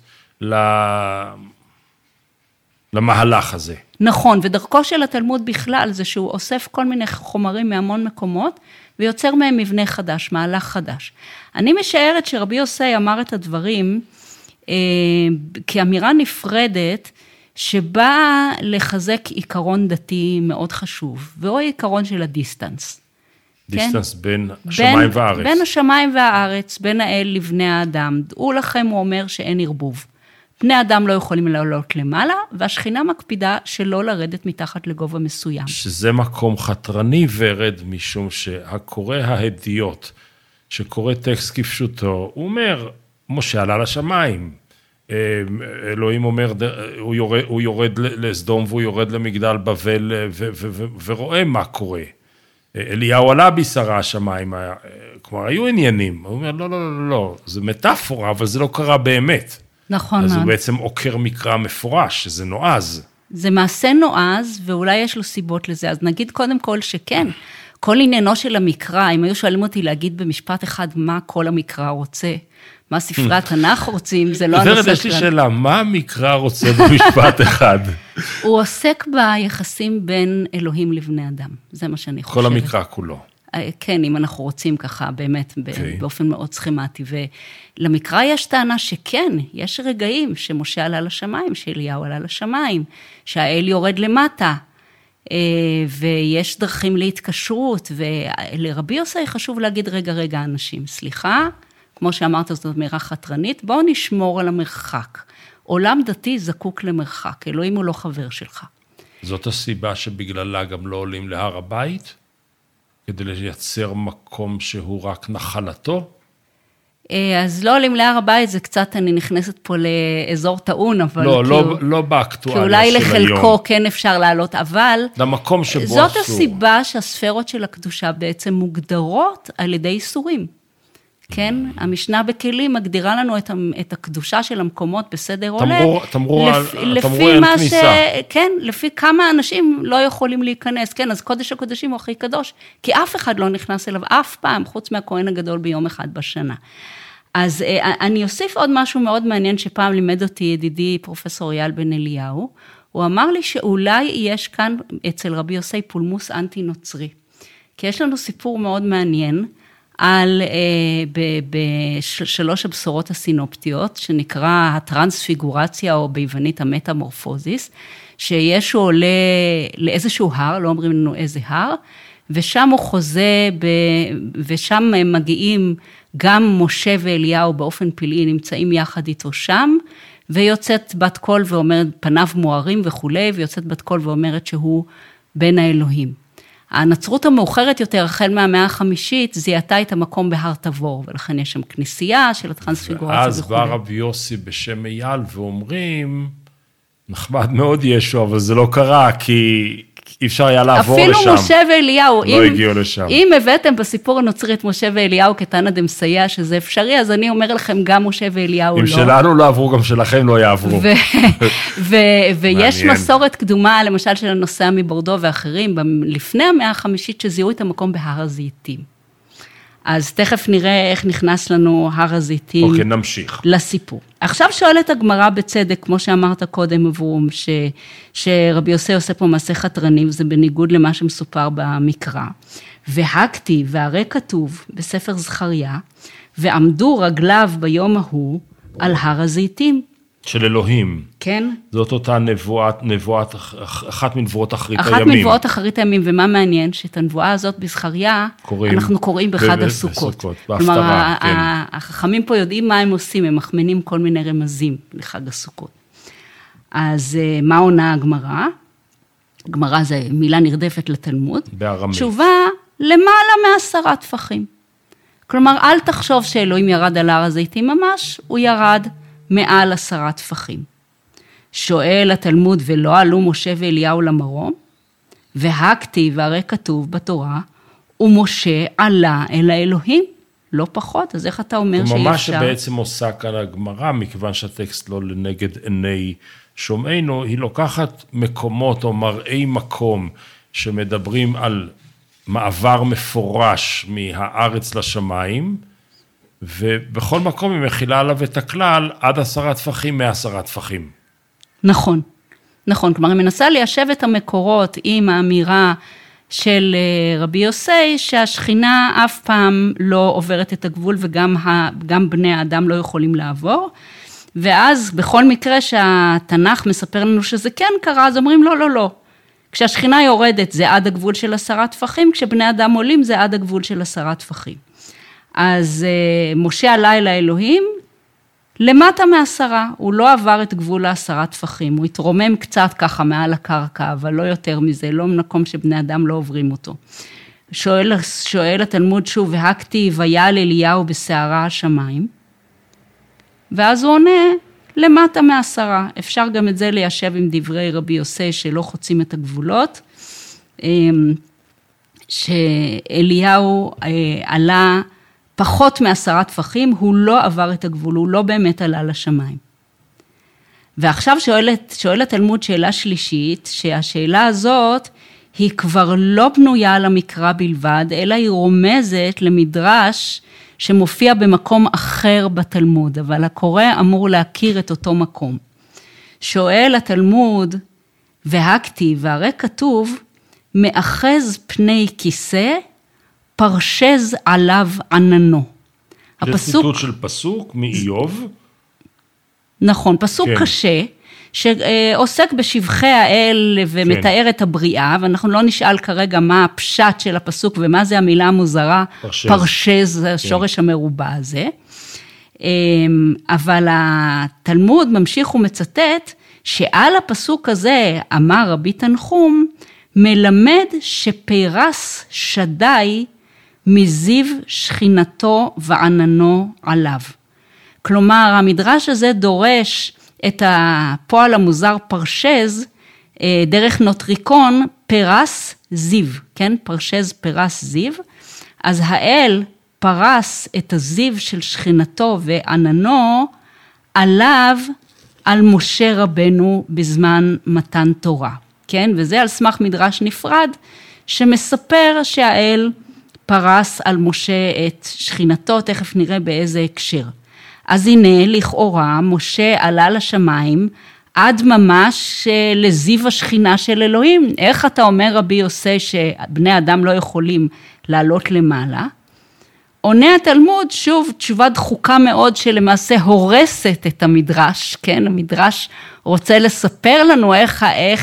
למהלך הזה. נכון, ודרכו של התלמוד בכלל זה שהוא אוסף כל מיני חומרים מהמון מקומות, ויוצר מהם מבנה חדש, מהלך חדש. אני משערת שרבי יוסי אמר את הדברים כאמירה נפרדת, שבאה לחזק עיקרון דתי מאוד חשוב, והוא העיקרון של הדיסטנס. דיסטנס בין השמיים והארץ. בין השמיים והארץ, בין האל לבני האדם. דעו לכם, הוא אומר שאין ערבוב. בני אדם לא יכולים לעלות למעלה, והשכינה מקפידה שלא לרדת מתחת לגובה מסוים. שזה מקום חתרני ורד, משום שהקורא ההדיות, שקורא טקסט כפשוטו, הוא אומר, משה עלה לשמיים. אלוהים אומר, הוא יורד לסדום, והוא יורד למגדל בבל, ורואה מה קורה. אליהו עלה בשרה השמיים, כלומר, היו עניינים. הוא אומר, לא, זה מטאפורה, אבל זה לא קרה באמת. נכון. אז הוא בעצם עוקר מקרא מפורש, שזה נועז. זה מעשה נועז, ואולי יש לו סיבות לזה. אז נגיד קודם כל שכן, כל עניינו של המקרא, אם היו שואלים אותי להגיד במשפט אחד, מה כל המקרא רוצה, מה ספרי התנ"ך רוצים, זה לא הנושא שלנו. יש לי שאלה, מה המקרא רוצה במשפט אחד? הוא עוסק ביחסים בין אלוהים לבני אדם, זה מה שאני חושבת. כל המקרא כולו. כן, אם אנחנו רוצים ככה, באמת, באופן מאוד סכמטי, ולמקרא יש טענה שכן, יש רגעים שמשה עלה לשמיים, שאליהו עלה לשמיים, שהאל יורד למטה, ויש דרכים להתקשרות, ולרבי יוסי חשוב להגיד, רגע, אנשים, סליחה, כמו שאמרת, זאת אמירה חתרנית, בואו נשמור על המרחק. עולם דתי זקוק למרחק, אלוהים הוא לא חבר שלך. זאת הסיבה שבגללה גם לא עולים להר הבית? כדי לייצר מקום שהוא רק נחלתו? אז לא עולים להר הבית, זה קצת, אני נכנסת פה לאזור טעון, אבל לא באקטואליה כי אולי של לחלקו כן אפשר לעלות, אבל למקום שבו אסור. זאת הסיבה שהספרות של הקדושה בעצם מוגדרות על ידי איסורים. כן, המשנה בכלים מגדירה לנו את הקדושה של המקומות בסדר עולה. תמרור אין כניסה. כן, לפי כמה אנשים לא יכולים להיכנס. כן, אז קודש הקודשים הוא הכי קדוש, כי אף אחד לא נכנס אליו אף פעם, חוץ מהכהן הגדול ביום אחד בשנה. אז אני אוסיף עוד משהו מאוד מעניין, שפעם לימד אותי ידידי פרופסור אייל בן אליהו, הוא אמר לי שאולי יש כאן אצל רבי יוסי פולמוס אנטי נוצרי. כי יש לנו סיפור מאוד מעניין, על בשלוש הבשורות הסינופטיות, שנקרא הטרנספיגורציה, או ביוונית המטמורפוזיס, שישו עולה לאיזשהו הר, לא אומרים לנו איזה הר, ושם הוא חוזה, ושם מגיעים גם משה ואליהו באופן פלאי, נמצאים יחד איתו שם, ויוצאת בת קול ואומרת, פניו מוארים וכולי, ויוצאת בת קול ואומרת שהוא בן האלוהים. הנצרות המאוחרת יותר, החל מהמאה החמישית, זיהתה את המקום בהר תבור, ולכן יש שם כנסייה של הטרנספיגורציה ואז בא רבי יוסי בשם אייל, ואומרים, נחמד מאוד ישו, אבל זה לא קרה, כי אי אפשר היה לעבור לשם. אפילו משה ואליהו, לא הגיעו לשם. אם הבאתם בסיפור הנוצרי את משה ואליהו כתנא דמסייע, שזה אפשרי, אז אני אומר לכם, גם משה ואליהו לא. אם שלנו לא עברו, גם שלכם לא יעברו. ויש מסורת קדומה, למשל של הנוסע מבורדו ואחרים, לפני המאה החמישית שזיהו את המקום בהר הזיתים. אז תכף נראה איך נכנס לנו הר הזיתים. אוקיי, נמשיך. לסיפור. עכשיו שואלת הגמרא בצדק, כמו שאמרת קודם, אברום, שרבי יוסי עושה פה מעשה חתרני, וזה בניגוד למה שמסופר במקרא. והכתיב, והרי כתוב בספר זכריה, ועמדו רגליו ביום ההוא על הר הזיתים. של אלוהים. כן. זאת אותה נבואת, אחת מנבואות אחרית הימים. אחת מנבואות אחרית הימים, ומה מעניין? שאת הנבואה הזאת בזכריה, אנחנו קוראים בחג הסוכות. בהפטרה, כן. החכמים פה יודעים מה הם עושים, הם מחמנים כל מיני רמזים לחג הסוכות. אז מה עונה הגמרא? הגמרא זה מילה נרדפת לתלמוד. בארמית. תשובה, למעלה מ10 טפחים. כלומר, אל תחשוב שאלוהים ירד על הר הזיתים ממש, הוא ירד מעל 10 טפחים. שואל התלמוד, ולא עלו משה ואליהו למרום? והכתיב, והרי כתוב בתורה, ומשה עלה אל האלוהים, לא פחות, אז איך אתה אומר שאי אפשר? ממש שבעצם עושה כאן הגמרא, מכיוון שהטקסט לא לנגד עיני שומענו, היא לוקחת מקומות או מראי מקום, שמדברים על מעבר מפורש מהארץ לשמיים, ובכל מקום היא מכילה עליו את הכלל, עד 10 טפחים, 10 טפחים. נכון, נכון, כלומר, היא מנסה ליישב את המקורות עם האמירה של רבי יוסי, שהשכינה אף פעם לא עוברת את הגבול, וגם בני האדם לא יכולים לעבור, ואז בכל מקרה שהתנ"ך מספר לנו שזה כן קרה, אז אומרים לא, לא, לא. כשהשכינה יורדת זה עד הגבול של 10 טפחים, כשבני אדם עולים זה עד הגבול של 10 טפחים. אז משה עלה אל האלוהים, למטה מ10, הוא לא עבר את גבול 10 טפחים, הוא התרומם קצת ככה מעל הקרקע, אבל לא יותר מזה, לא מקום שבני אדם לא עוברים אותו. שואל התלמוד שוב, והכתיב ויעל אליהו בסערה השמיים, ואז הוא עונה, למטה מ10, אפשר גם את זה ליישב עם דברי רבי יוסי, שלא חוצים את הגבולות, שאליהו עלה פחות מ10 טפחים, הוא לא עבר את הגבול, הוא לא באמת עלה לשמיים. ועכשיו שואלת תלמוד שאלה שלישית, שהשאלה הזאת היא כבר לא בנויה על המקרא בלבד, אלא היא רומזת למדרש שמופיע במקום אחר בתלמוד, אבל הקורא אמור להכיר את אותו מקום. שואל התלמוד, והכתיב, והרי כתוב, מאחז פני כיסא פרשז עליו עננו. זה ציטוט של פסוק מאיוב. נכון, פסוק כן. קשה, שעוסק בשבחי האל ומתאר את הבריאה, ואנחנו לא נשאל כרגע מה הפשט של הפסוק ומה זה המילה המוזרה, פרשז, השורש המרובע הזה. אבל התלמוד ממשיך ומצטט שעל הפסוק הזה אמר רבי תנחום, מלמד שפרס שדי מזיו שכינתו ועננו עליו. כלומר, המדרש הזה דורש את הפועל המוזר פרשז, דרך נוטריקון, פרס זיו, כן? פרשז פרס זיו. אז האל פרס את הזיו של שכינתו ועננו עליו, על משה רבנו בזמן מתן תורה, כן? וזה על סמך מדרש נפרד, שמספר שהאל פרס על משה את שכינתו, תכף נראה באיזה הקשר. אז הנה, לכאורה, משה עלה לשמיים, עד ממש לזיו השכינה של אלוהים. איך אתה אומר רבי יוסי שבני אדם לא יכולים לעלות למעלה? עונה התלמוד, שוב, תשובה דחוקה מאוד שלמעשה הורסת את המדרש, כן? המדרש רוצה לספר לנו איך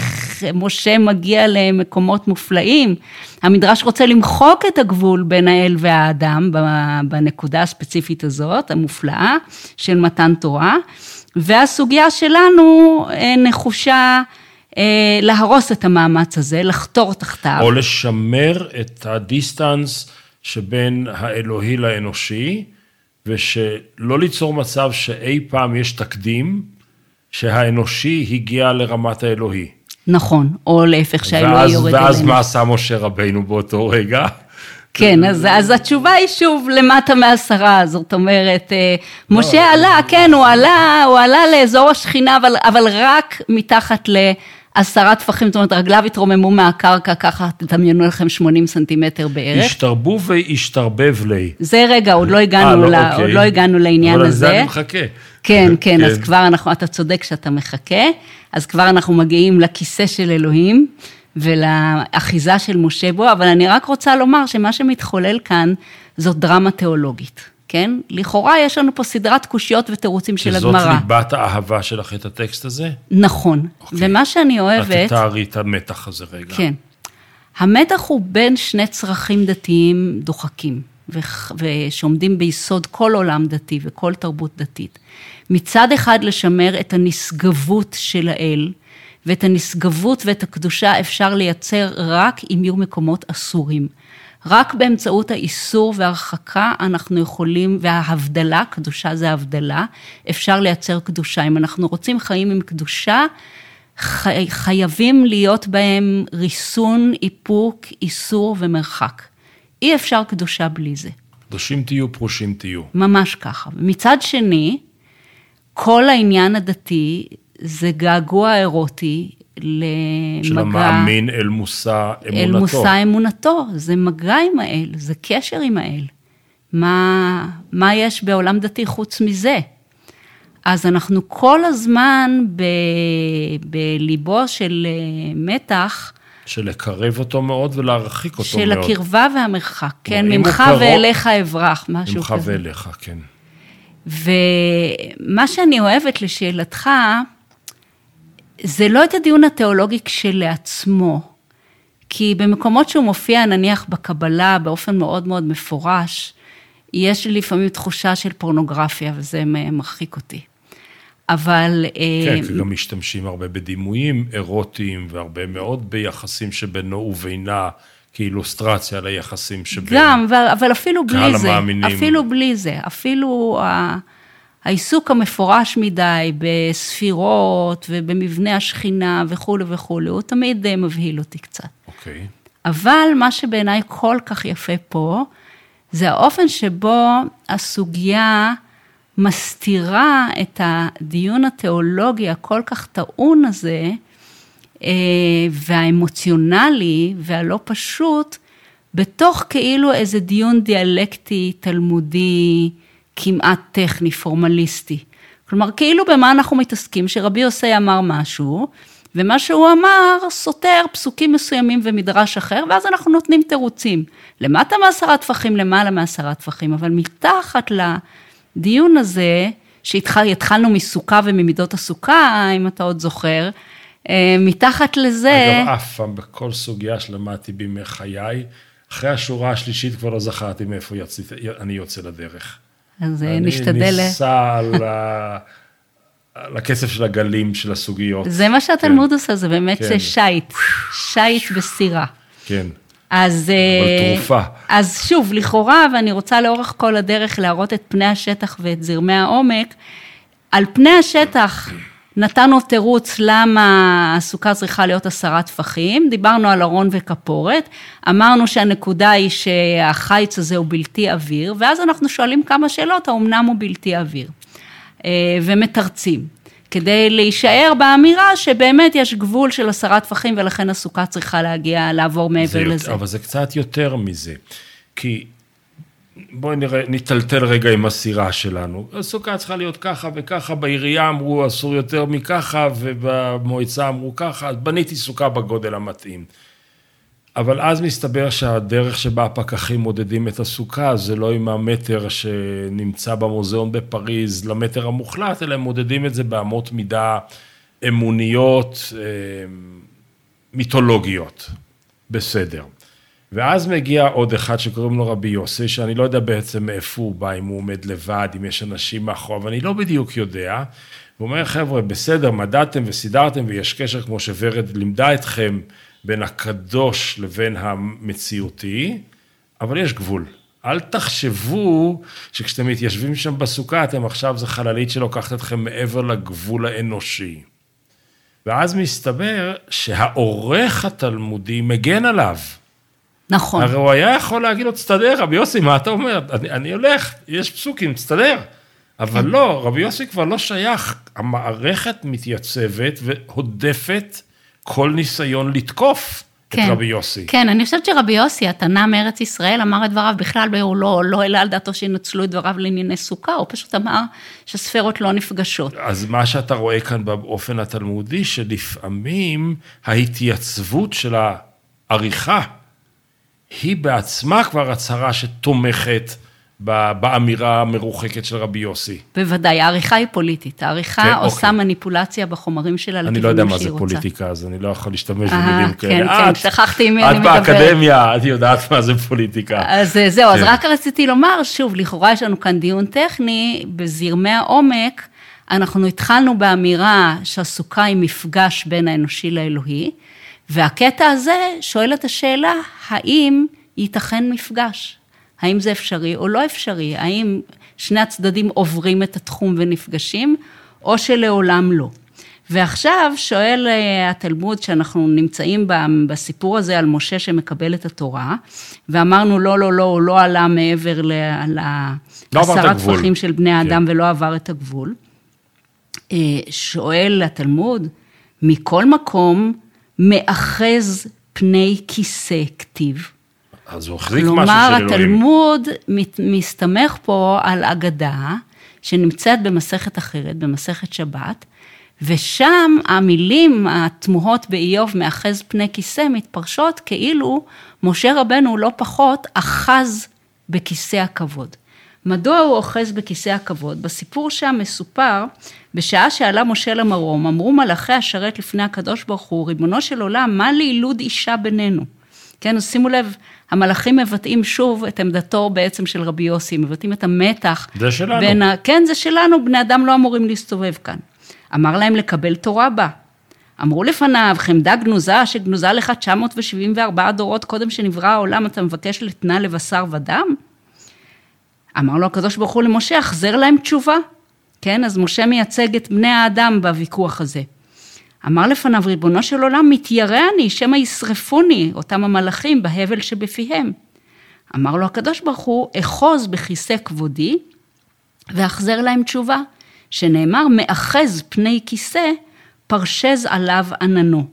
משה מגיע למקומות מופלאים. המדרש רוצה למחוק את הגבול בין האל והאדם בנקודה הספציפית הזאת, המופלאה של מתן תורה, והסוגיה שלנו נחושה להרוס את המאמץ הזה, לחתור תחתיו. או לשמר את הדיסטנס שבין האלוהי לאנושי, ושלא ליצור מצב שאי פעם יש תקדים, שהאנושי הגיע לרמת האלוהי. נכון, או להפך שהאלוהי יורד אלינו. ואז מה עשה משה רבינו באותו רגע? כן, אז התשובה היא שוב למטה מהשרה, זאת אומרת, משה עלה, כן, הוא עלה לאזור השכינה, אבל רק מתחת 10 טפחים, זאת אומרת, רגליו התרוממו מהקרקע, ככה תדמיינו לכם 80 סנטימטר בערך. השתרבו והשתרבב לי. זה רגע, עוד לא הגענו לעניין הזה. אבל לזה אני מחכה. כן, אז כבר אתה צודק שאתה מחכה, אז כבר אנחנו מגיעים לכיסא של אלוהים, ולאחיזה של משה בו, אבל אני רק רוצה לומר שמה שמתחולל כאן, זאת דרמה תיאולוגית, כן? לכאורה יש לנו פה סדרת קושיות ותירוצים של הגמרא. שזאת ליבת האהבה שלך את הטקסט הזה? נכון, ומה שאני אוהבת... תתארי את המתח הזה רגע. כן, המתח הוא בין שני צרכים דתיים דוחקים, ושעומדים ביסוד כל עולם דתי וכל תרבות דתית. מצד אחד לשמר את הנשגבות של האל, ואת הנשגבות ואת הקדושה אפשר לייצר רק אם יהיו מקומות אסורים. רק באמצעות האיסור וההרחקה אנחנו יכולים, וההבדלה, קדושה זה הבדלה, אפשר לייצר קדושה. אם אנחנו רוצים חיים עם קדושה, חייבים להיות בהם ריסון, איפוק, איסור ומרחק. אי אפשר קדושה בלי זה. קדושים תהיו, פרושים תהיו. ממש ככה. ומצד שני, כל העניין הדתי זה געגוע אירוטי למגע... של המאמין אל מושא אמונתו. אל מושא אמונתו, זה מגע עם האל, זה קשר עם האל. מה יש בעולם דתי חוץ מזה? אז אנחנו כל הזמן בליבו של מתח... של לקרב אותו מאוד ולהרחיק אותו של מאוד. של הקרבה והמרחק, כן, ממך ואליך אברח, משהו כזה. ממך ואליך, כן. ומה שאני אוהבת לשאלתך, זה לא את הדיון התיאולוגי כשלעצמו, כי במקומות שהוא מופיע, נניח בקבלה, באופן מאוד מאוד מפורש, יש לי לפעמים תחושה של פורנוגרפיה, וזה מרחיק אותי. אבל... כן, כי גם משתמשים הרבה בדימויים אירוטיים, והרבה מאוד ביחסים שבינו ובינה, כאילוסטרציה ליחסים שבין... גם, אבל אפילו בלי זה, המאמינים. אפילו בלי זה, אפילו העיסוק המפורש מדי בספירות ובמבנה השכינה וכו' וכו', הוא תמיד מבהיל אותי קצת. אוקיי. אבל מה שבעיניי כל כך יפה פה, זה האופן שבו הסוגיה מסתירה את הדיון התיאולוגי הכל כך טעון הזה, והאמוציונלי והלא פשוט, בתוך כאילו איזה דיון דיאלקטי, תלמודי, כמעט טכני, פורמליסטי. כלומר, כאילו במה אנחנו מתעסקים, שרבי יוסי אמר משהו, ומה שהוא אמר סותר פסוקים מסוימים ומדרש אחר, ואז אנחנו נותנים תירוצים. למטה מ10 טפחים, למעלה מ10 טפחים, אבל מתחת לדיון הזה, שהתחלנו מסוכה וממידות הסוכה, אם אתה עוד זוכר, מתחת לזה... אגב, אף פעם בכל סוגיה שלמדתי בימי חיי, אחרי השורה השלישית כבר לא זכרתי מאיפה אני יוצא לדרך. אז נשתדל... אני ניסה על הכסף של הגלים של הסוגיות. זה מה שהתלמוד עושה, זה באמת שייט בסירה. כן. אז... אבל תרופה. אז שוב, לכאורה, ואני רוצה לאורך כל הדרך להראות את פני השטח ואת זרמי העומק, על פני השטח נתנו תירוץ למה הסוכה צריכה להיות 10 טפחים, דיברנו על ארון וכפורת, אמרנו שהנקודה היא שהחיץ הזה הוא בלתי אוויר, ואז אנחנו שואלים כמה שאלות, האמנם הוא בלתי אוויר, ומתרצים, כדי להישאר באמירה שבאמת יש גבול של 10 טפחים, ולכן הסוכה צריכה לעבור מעבר לזה. אבל זה קצת יותר מזה, כי בואי נטלטל רגע עם הסירה שלנו. הסוכה צריכה להיות ככה וככה, בעירייה אמרו אסור יותר מככה, ובמועצה אמרו ככה, אז בניתי סוכה בגודל המתאים. אבל אז מסתבר שהדרך שבה הפקחים מודדים את הסוכה, זה לא עם המטר שנמצא במוזיאון בפריז למטר המוחלט, אלא הם מודדים את זה באמות מידה אמוניות, מיתולוגיות. בסדר. ואז מגיע עוד אחד שקוראים לו רבי יוסי, שאני לא יודע בעצם מאיפה הוא בא, אם הוא עומד לבד, אם יש אנשים מאחור, אבל אני לא בדיוק יודע. הוא אומר, חבר'ה, בסדר, מדעתם וסידרתם, ויש קשר כמו שוורד לימדה אתכם, בין הקדוש לבין המציאותי, אבל יש גבול. אל תחשבו שכשאתם מתיישבים שם בסוכה, אתם עכשיו זה חללית שלוקחת אתכם מעבר לגבול האנושי. ואז מסתבר שהעורך התלמודי מגן עליו. נכון. הרי הוא היה יכול להגיד לו, תסתדר, רבי יוסי, מה אתה אומר? אני הולך, יש פסוקים, תסתדר. אבל לא, רבי יוסי כבר לא שייך. המערכת מתייצבת והודפת כל ניסיון לתקוף את רבי יוסי. כן, אני חושבת שרבי יוסי, התנא מארץ ישראל, אמר את דבריו בכלל, הוא לא העלה על דעתו שינצלו את דבריו לענייני סוכה, הוא פשוט אמר שהספירות לא נפגשות. אז מה שאתה רואה כאן באופן התלמודי, שלפעמים ההתייצבות של העריכה, היא בעצמה כבר הצהרה שתומכת באמירה המרוחקת של רבי יוסי. בוודאי, העריכה היא פוליטית. העריכה עושה מניפולציה בחומרים שלה לכיוונים שהיא רוצה. אני לא יודע מה זה פוליטיקה, אז אני לא יכול להשתמש במילים כאלה. כן, שכחתי עם מי אני את מדברת. באקדמיה, את יודעת מה זה פוליטיקה. אז זהו, אז רק רציתי לומר, שוב, לכאורה יש לנו כאן דיון טכני, בזרמי העומק, אנחנו התחלנו באמירה שהסוכה היא מפגש בין האנושי לאלוהי, והקטע הזה שואל את השאלה, האם ייתכן מפגש? האם זה אפשרי או לא אפשרי? האם שני הצדדים עוברים את התחום ונפגשים, או שלעולם לא? ועכשיו שואל התלמוד שאנחנו נמצאים בסיפור הזה על משה שמקבל את התורה, ואמרנו לא, לא, לא, הוא לא עלה מעבר ל10 טפחים של בני האדם ולא עבר את הגבול. שואל התלמוד, מכל מקום מאחז פני כיסא כתיב. אז הוא החזיק משהו של כלומר, אלוהים. התלמוד מסתמך פה על אגדה, שנמצאת במסכת אחרת, במסכת שבת, ושם המילים התמוהות באיוב מאחז פני כיסא, מתפרשות כאילו משה רבנו לא פחות אחז בכיסא הכבוד. מדוע הוא אוחז בכיסא הכבוד? בסיפור שם מסופר, בשעה שעלה משה למרום, אמרו מלאכי השרת לפני הקדוש ברוך הוא, ריבונו של עולם, מה לילוד אישה בינינו? כן, אז שימו לב, המלאכים מבטאים שוב את עמדתו בעצם של רבי יוסי, מבטאים את המתח. זה שלנו. כן, זה שלנו, בני אדם לא אמורים להסתובב כאן. אמר להם לקבל תורה בה. אמרו לפניו, חמדה גנוזה, שגנוזה לך 974 דורות קודם שנברא העולם, אתה מבקש לתנה לבשר ודם? אמר לו הקדוש ברוך הוא למשה, החזר להם תשובה. כן, אז משה מייצג את בני האדם בוויכוח הזה. אמר לפניו, ריבונו של עולם, מתיירא אני, שמא ישרפוני, אותם המלאכים, בהבל שבפיהם. אמר לו הקדוש ברוך הוא, אחוז בכיסא כבודי, ואחזר להם תשובה, שנאמר, מאחז פני כיסא, פרשז עליו עננו.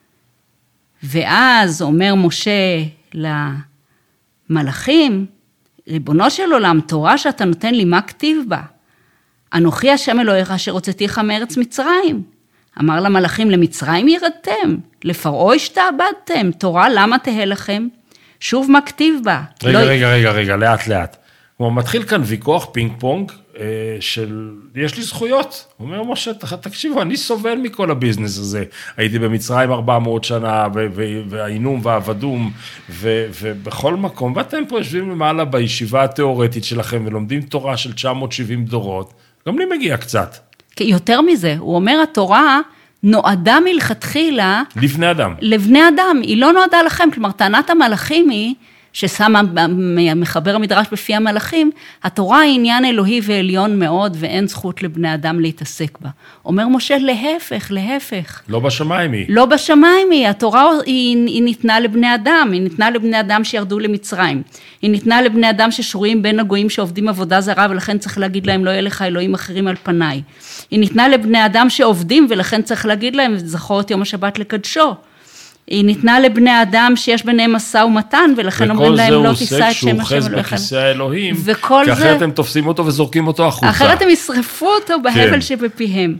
ואז אומר משה למלאכים, ריבונו של עולם, תורה שאתה נותן לי, מה כתיב בה? אנוכי השם אלוהיך אשר הוצאתיך מארץ מצרים. אמר למלאכים, למצרים ירדתם, לפרעה השתעבדתם, תורה למה תהא לכם? שוב מה כתיב בה? רגע, לאט. כלומר, מתחיל כאן ויכוח פינג פונג של, יש לי זכויות. הוא אומר, משה, תקשיבו, אני סובל מכל הביזנס הזה. הייתי במצרים 400 שנה, והעינום והעבדום, ובכל מקום, ואתם פה יושבים למעלה בישיבה התיאורטית שלכם, ולומדים תורה של 970 דורות, גם לי מגיע קצת. יותר מזה, הוא אומר, התורה נועדה מלכתחילה... לבני אדם, היא לא נועדה לכם, כלומר, טענת המלאכים היא, ששמה מחבר המדרש בפי המלאכים, התורה היא עניין אלוהי ועליון מאוד, ואין זכות לבני אדם להתעסק בה. אומר משה, להפך. לא בשמיים היא. לא בשמיים היא, התורה היא ניתנה לבני אדם, היא ניתנה לבני אדם שירדו למצרים, היא ניתנה לבני אדם ששרויים בין הגויים שעובדים עבודה זרה, ולכן צריך להגיד להם, לא יהיה לך אלוהים אחרים על פניי. היא ניתנה לבני אדם שעובדים, ולכן צריך להגיד להם, זכור את יום השבת לקדשו. היא ניתנה לבני אדם שיש ביניהם משא ומתן, ולכן אומרים להם לא תישא את שם השם. וכל זה הוא עושה כשהוא אוחז בכיסא האלוהים, כי אחרת הם תופסים אותו וזורקים אותו החוצה. אחרת הם ישרפו אותו בהבל שבפיהם.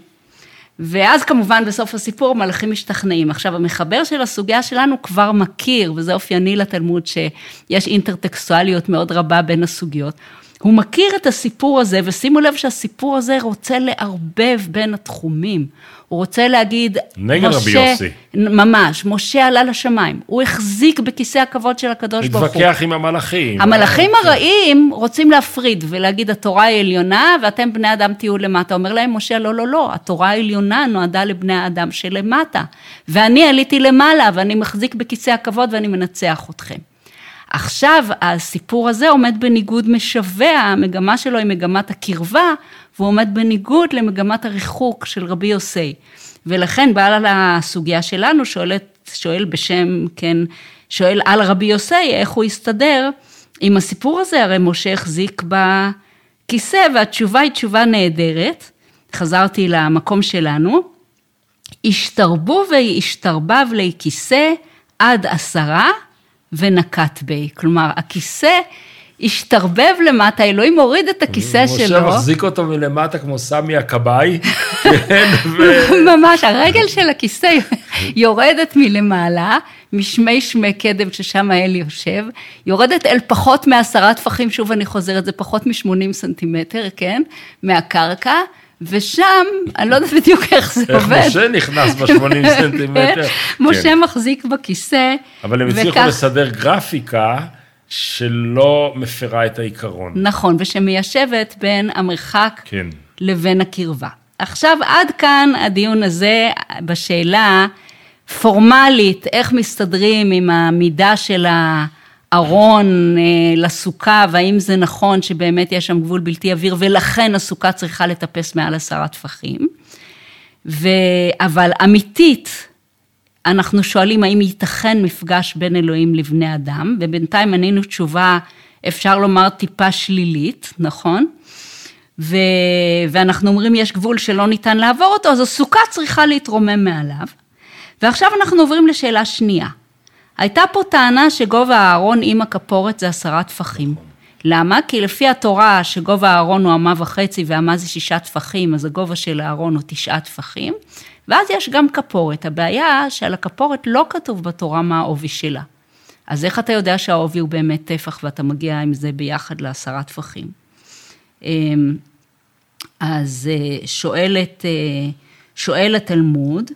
ואז כמובן בסוף הסיפור מלאכים משתכנעים. עכשיו המחבר של הסוגיה שלנו כבר מכיר, וזה אופייני לתלמוד שיש אינטרטקסטואליות מאוד רבה בין הסוגיות. הוא מכיר את הסיפור הזה, ושימו לב שהסיפור הזה רוצה לערבב בין התחומים. הוא רוצה להגיד, נגד רבי יוסי. ממש, משה עלה לשמיים. הוא החזיק בכיסא הכבוד של הקדוש ברוך הוא. התווכח עם המלאכים. המלאכים הרעים רוצים להפריד ולהגיד, התורה היא עליונה, ואתם בני אדם תהיו למטה. אומר להם, משה, לא, התורה העליונה נועדה לבני האדם שלמטה. ואני עליתי למעלה, ואני מחזיק בכיסא הכבוד, ואני מנצח אתכם. עכשיו הסיפור הזה עומד בניגוד משווה, המגמה שלו היא מגמת הקרבה, והוא עומד בניגוד למגמת הריחוק של רבי יוסי. ולכן בעל הסוגיה שלנו שואל על רבי יוסי, איך הוא יסתדר עם הסיפור הזה, הרי משה החזיק בכיסא, והתשובה היא תשובה נהדרת, חזרתי למקום שלנו, השתרבו והשתרבב לי כיסא עד 10, ונקט בי, כלומר, הכיסא השתרבב למטה, אלוהים מוריד את הכיסא שלו. משה מחזיק אותו מלמטה כמו סמי הכבאי. ממש, הרגל של הכיסא יורדת מלמעלה, משמי קדם ששם האל יושב, יורדת אל פחות מ10 טפחים, שוב אני חוזרת, זה פחות מ80 סנטימטר, כן, מהקרקע, ושם, אני לא יודעת בדיוק איך זה עובד. איך משה נכנס ב80 סנטימטר. משה מחזיק בכיסא. אבל הם הצליחו לסדר גרפיקה שלא מפרה את העיקרון. נכון, ושמיישבת בין המרחק לבין הקרבה. עכשיו, עד כאן הדיון הזה בשאלה פורמלית, איך מסתדרים עם המידה של ארון לסוכה, והאם זה נכון שבאמת יש שם גבול בלתי אוויר, ולכן הסוכה צריכה לטפס מעל 10 טפחים. אבל אמיתית, אנחנו שואלים האם ייתכן מפגש בין אלוהים לבני אדם, ובינתיים ענינו תשובה, אפשר לומר טיפה שלילית, נכון? ואנחנו אומרים יש גבול שלא ניתן לעבור אותו, אז הסוכה צריכה להתרומם מעליו. ועכשיו אנחנו עוברים לשאלה שנייה. הייתה פה טענה שגובה הארון עם הכפורת זה 10 טפחים. למה? כי לפי התורה שגובה הארון הוא 1.5 והמה זה 6 טפחים, אז הגובה של הארון הוא 9 טפחים, ואז יש גם כפורת. הבעיה שעל הכפורת לא כתוב בתורה מה העובי שלה. אז איך אתה יודע שהעובי הוא באמת טפח ואתה מגיע עם זה ביחד ל10 טפחים? אז שואל התלמוד,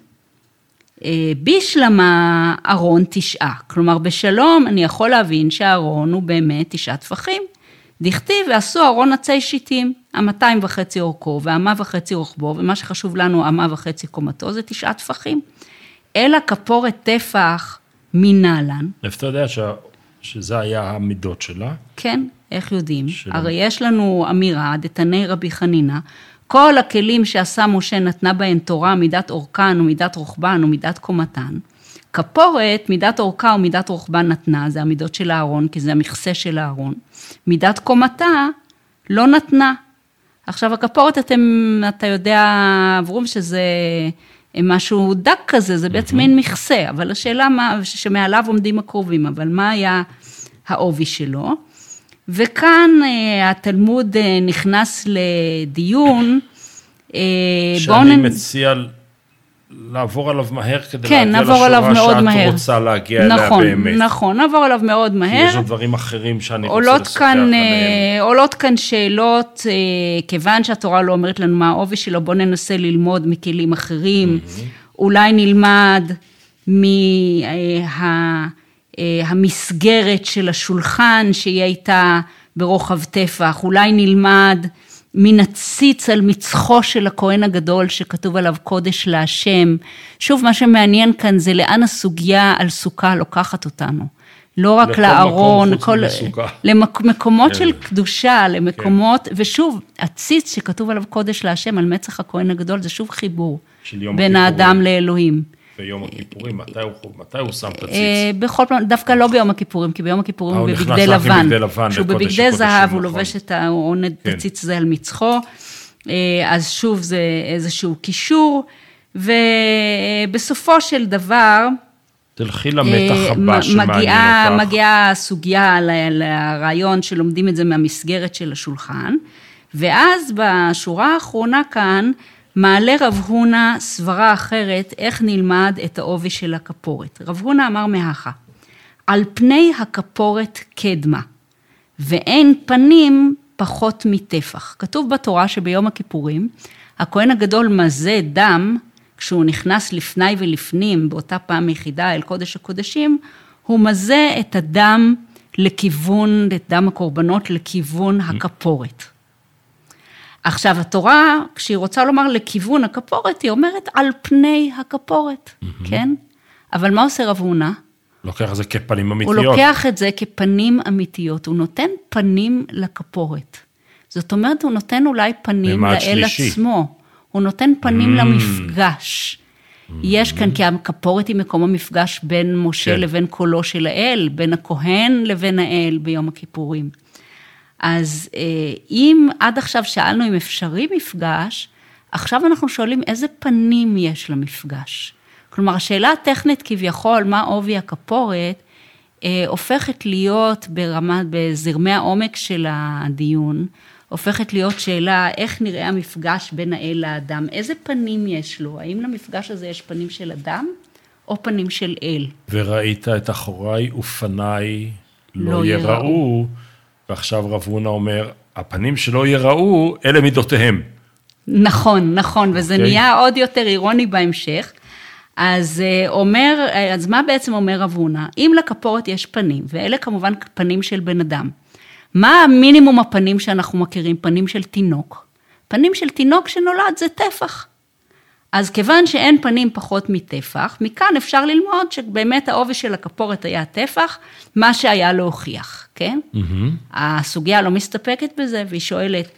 בשלמה ארון 9, כלומר בשלום אני יכול להבין שהארון הוא באמת 9 טפחים, דכתיב ועשו ארון עצי שיטים, 2.5 אורכו ו1.5 רוחבו, ומה שחשוב לנו 1.5 קומתו זה 9 טפחים, אלא כפורת טפח מנהלן. איפה אתה יודע שזה היה המידות שלה? כן, איך יודעים? הרי יש לנו אמירה, דתני רבי חנינה, כל הכלים שעשה משה נתנה בהן תורה, מידת אורכן ומידת רוחבן ומידת קומתן. כפורת, מידת אורכה ומידת רוחבן נתנה, זה המידות של הארון, כי זה המכסה של הארון. מידת קומתה לא נתנה. עכשיו הכפורת, אתה יודע, עבורם שזה משהו דק כזה, זה בעצם אין מכסה, אבל השאלה שמעליו עומדים הקרובים, אבל מה היה העובי שלו? וכאן התלמוד נכנס לדיון. שאני מציע לעבור עליו מהר כדי כן, להגיע נעבור עליו לשורה מאוד שאת מהר. רוצה להגיע אליה באמת. נכון, נעבור עליו מאוד כי מהר. יש עוד דברים אחרים שאני רוצה לשוחח עליהם. עולות כאן שאלות, כיוון שהתורה לא אומרת לנו מה העובי שלו, בוא ננסה ללמוד מכלים אחרים, אולי נלמד מהמסגרת של השולחן, שהיא הייתה ברוחב טפח, אולי נלמד מן הציץ על מצחו של הכהן הגדול, שכתוב עליו קודש להשם. שוב, מה שמעניין כאן זה לאן הסוגיה על סוכה לוקחת אותנו. לא רק לארון, למקומות של קדושה, למקומות, ושוב, הציץ שכתוב עליו קודש להשם, על מצח הכהן הגדול, זה שוב חיבור בין האדם לאלוהים. ביום הכיפורים, מתי הוא שם את הציץ? בכל פעם, דווקא לא ביום הכיפורים, כי ביום הכיפורים הוא בבגדי לבן. כשהוא בבגדי זהב, הוא לובש את הציץ הזה על מצחו, אז שוב זה איזשהו קישור, ובסופו של דבר, תלכי למתח הבא שמעניין אותך. מגיעה הסוגיה לרעיון שלומדים את זה מהמסגרת של השולחן, ואז בשורה האחרונה כאן, מעלה רב הונא סברה אחרת, איך נלמד את העובי של הכפורת. רב הונא אמר מהכה, על פני הכפורת קדמה, ואין פנים פחות מטפח. כתוב בתורה שביום הכיפורים, הכהן הגדול מזה דם, כשהוא נכנס לפני ולפנים, באותה פעם יחידה אל קודש הקודשים, הוא מזה את הדם לכיוון, את דם הקורבנות לכיוון הכפורת. עכשיו, התורה, כשהיא רוצה לומר לכיוון הכפורת, היא אומרת על פני הכפורת, כן? אבל מה עושה רב הונא? לוקח את זה כפנים אמיתיות. הוא לוקח את זה כפנים אמיתיות, הוא נותן פנים לכפורת. זאת אומרת, הוא נותן אולי פנים לאל עצמו, הוא נותן פנים למפגש. יש כאן, כי הכפורת היא מקום המפגש בין משה לבין קולו של האל, בין הכהן לבין האל ביום הכיפורים. אז אם עד עכשיו שאלנו אם אפשרי מפגש, עכשיו אנחנו שואלים איזה פנים יש למפגש. כלומר, השאלה הטכנית כביכול, מה עובי הכפורת, הופכת להיות בזרמי העומק של הדיון, הופכת להיות שאלה איך נראה המפגש בין האל לאדם, איזה פנים יש לו, האם למפגש הזה יש פנים של אדם או פנים של אל. וראית את אחוריי ופניי לא יראו, ועכשיו רב הונא אומר, הפנים שלא יראו, אלה מידותיהם. נכון, נכון, וזה נהיה עוד יותר אירוני בהמשך. אז מה בעצם אומר רב הונא? אם לכפורת יש פנים, ואלה כמובן פנים של בן אדם, מה המינימום הפנים שאנחנו מכירים? פנים של תינוק. פנים של תינוק שנולד זה טפח. אז כיוון שאין פנים פחות מטפח, מכאן אפשר ללמוד שבאמת העובי של הכפורת היה טפח, מה שהיה להוכיח, כן? הסוגיה לא מסתפקת בזה, והיא שואלת,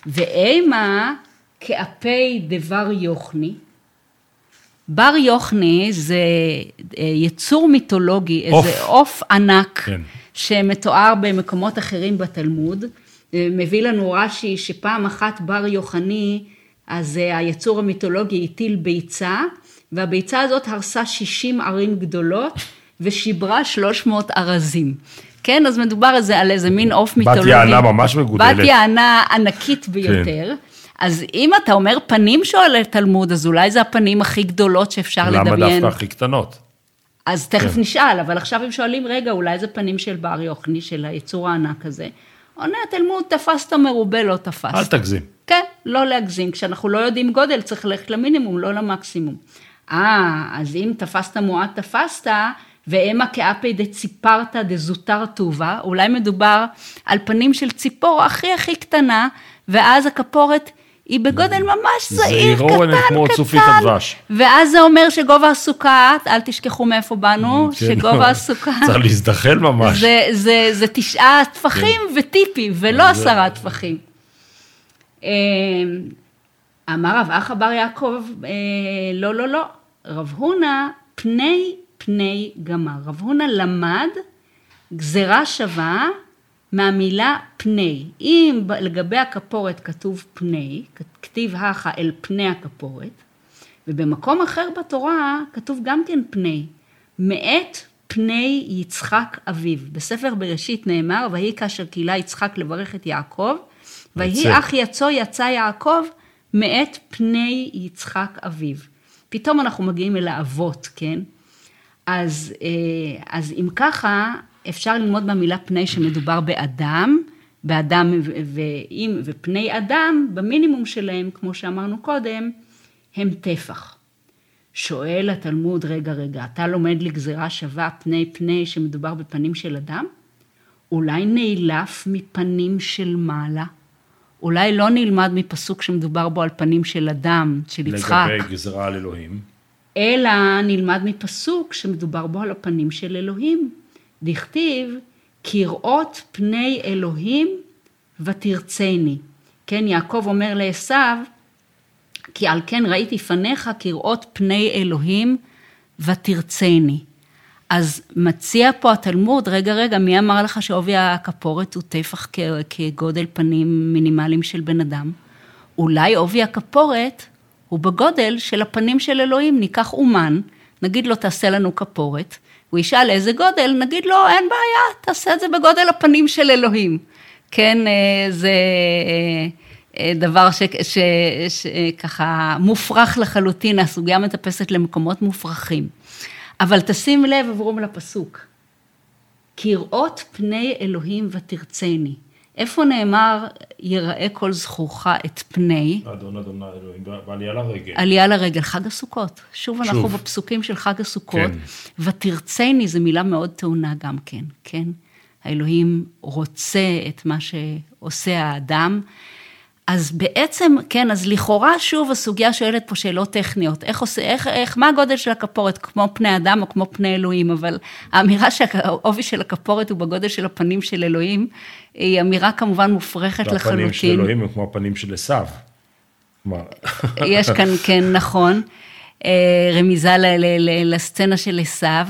ואימה כאפי דבר יוחני? בר יוחני זה יצור מיתולוגי, איזה עוף ענק, שמתואר במקומות אחרים בתלמוד, מביא לנו רש"י שפעם אחת בר יוחני, אז היצור המיתולוגי הטיל ביצה, והביצה הזאת הרסה 60 ערים גדולות, ושיברה 300 ארזים. כן, אז מדובר על איזה מין עוף מיתולוגי. בת יענה ממש מגודלת. בת יענה ענקית ביותר. כן. אז אם אתה אומר פנים שואל תלמוד, אז אולי זה הפנים הכי גדולות שאפשר לדמיין. למה דווקא הכי קטנות? אז תכף נשאל, אבל עכשיו הם שואלים, רגע, אולי זה פנים של בר יוחני, של היצור הענק הזה. עונה, תלמוד, תפסת מרובה, לא תפסת. אל תגזים. כן, לא להגזים. כשאנחנו לא יודעים גודל, צריך ללכת למינימום, לא למקסימום. אז אם תפסת מועט, תפסת, ואמה כאפי דציפרת דזוטר טובה, אולי מדובר על פנים של ציפור הכי הכי קטנה, ואז הכפורת היא בגודל ממש זעיר, קטן, ואז זה אומר שגובה הסוכה, אל תשכחו מאיפה באנו, שגובה הסוכה, צריך להזדחל ממש. זה 9 טפחים וטיפי, ולא 10 טפחים. אמר רב אחא בר יעקב, לא, רב הונא פני גמר. רב הונא למד גזרה שווה מהמילה פני. אם לגבי הכפורת כתוב פני, כתיב הכא אל פני הכפורת, ובמקום אחר בתורה כתוב גם כן פני, מאת פני יצחק אביו. בספר בראשית נאמר, ויהי כאשר קהילה יצחק לברך את יעקב, ויהי אח יצא יעקב מאת פני יצחק אביו. פתאום אנחנו מגיעים אל האבות, כן? אז אם ככה, אפשר ללמוד במילה פני שמדובר באדם ופני אדם, במינימום שלהם, כמו שאמרנו קודם, הם טפח. שואל התלמוד, רגע, אתה לומד לגזירה שווה פני שמדובר בפנים של אדם? אולי נעלף מפנים של מעלה? אולי לא נלמד מפסוק שמדובר בו על פנים של אדם, של יצחק. לגבי גזירה על אלוהים. אלא נלמד מפסוק שמדובר בו על הפנים של אלוהים. דכתיב, כראות פני אלוהים ותרצני. כן, יעקב אומר לעשיו, כי על כן ראיתי פניך כראות פני אלוהים ותרצני. אז מציע פה התלמוד, רגע, מי אמר לך שעובי הכפורת הוא טפח כגודל פנים מינימליים של בן אדם? אולי עובי הכפורת הוא בגודל של הפנים של אלוהים, ניקח אומן, נגיד לו תעשה לנו כפורת, הוא ישאל איזה גודל, נגיד לו אין בעיה, תעשה את זה בגודל הפנים של אלוהים. כן, זה דבר שככה מופרך לחלוטין, הסוגיה מטפסת למקומות מופרכים. אבל תשים לב עבורם לפסוק, כראות פני אלוהים ותרצני. איפה נאמר, יראה כל זכורך את פני? אדון אלוהים, בעלייה לרגל. עלייה לרגל, חג הסוכות. שוב אנחנו בפסוקים של חג הסוכות, כן. ותרצני זו מילה מאוד טעונה גם כן, כן? האלוהים רוצה את מה שעושה האדם, אז בעצם, כן, אז לכאורה שוב הסוגיה שואלת פה שאלות טכניות, מה הגודל של הכפורת, כמו פני אדם או כמו פני אלוהים, אבל האמירה שהעובי של הכפורת הוא בגודל של הפנים של אלוהים, היא אמירה כמובן מופרכת לחלוטין. והפנים של אלוהים הם כמו הפנים של עשיו. יש כאן, כן, נכון, רמיזה לסצנה של עשיו,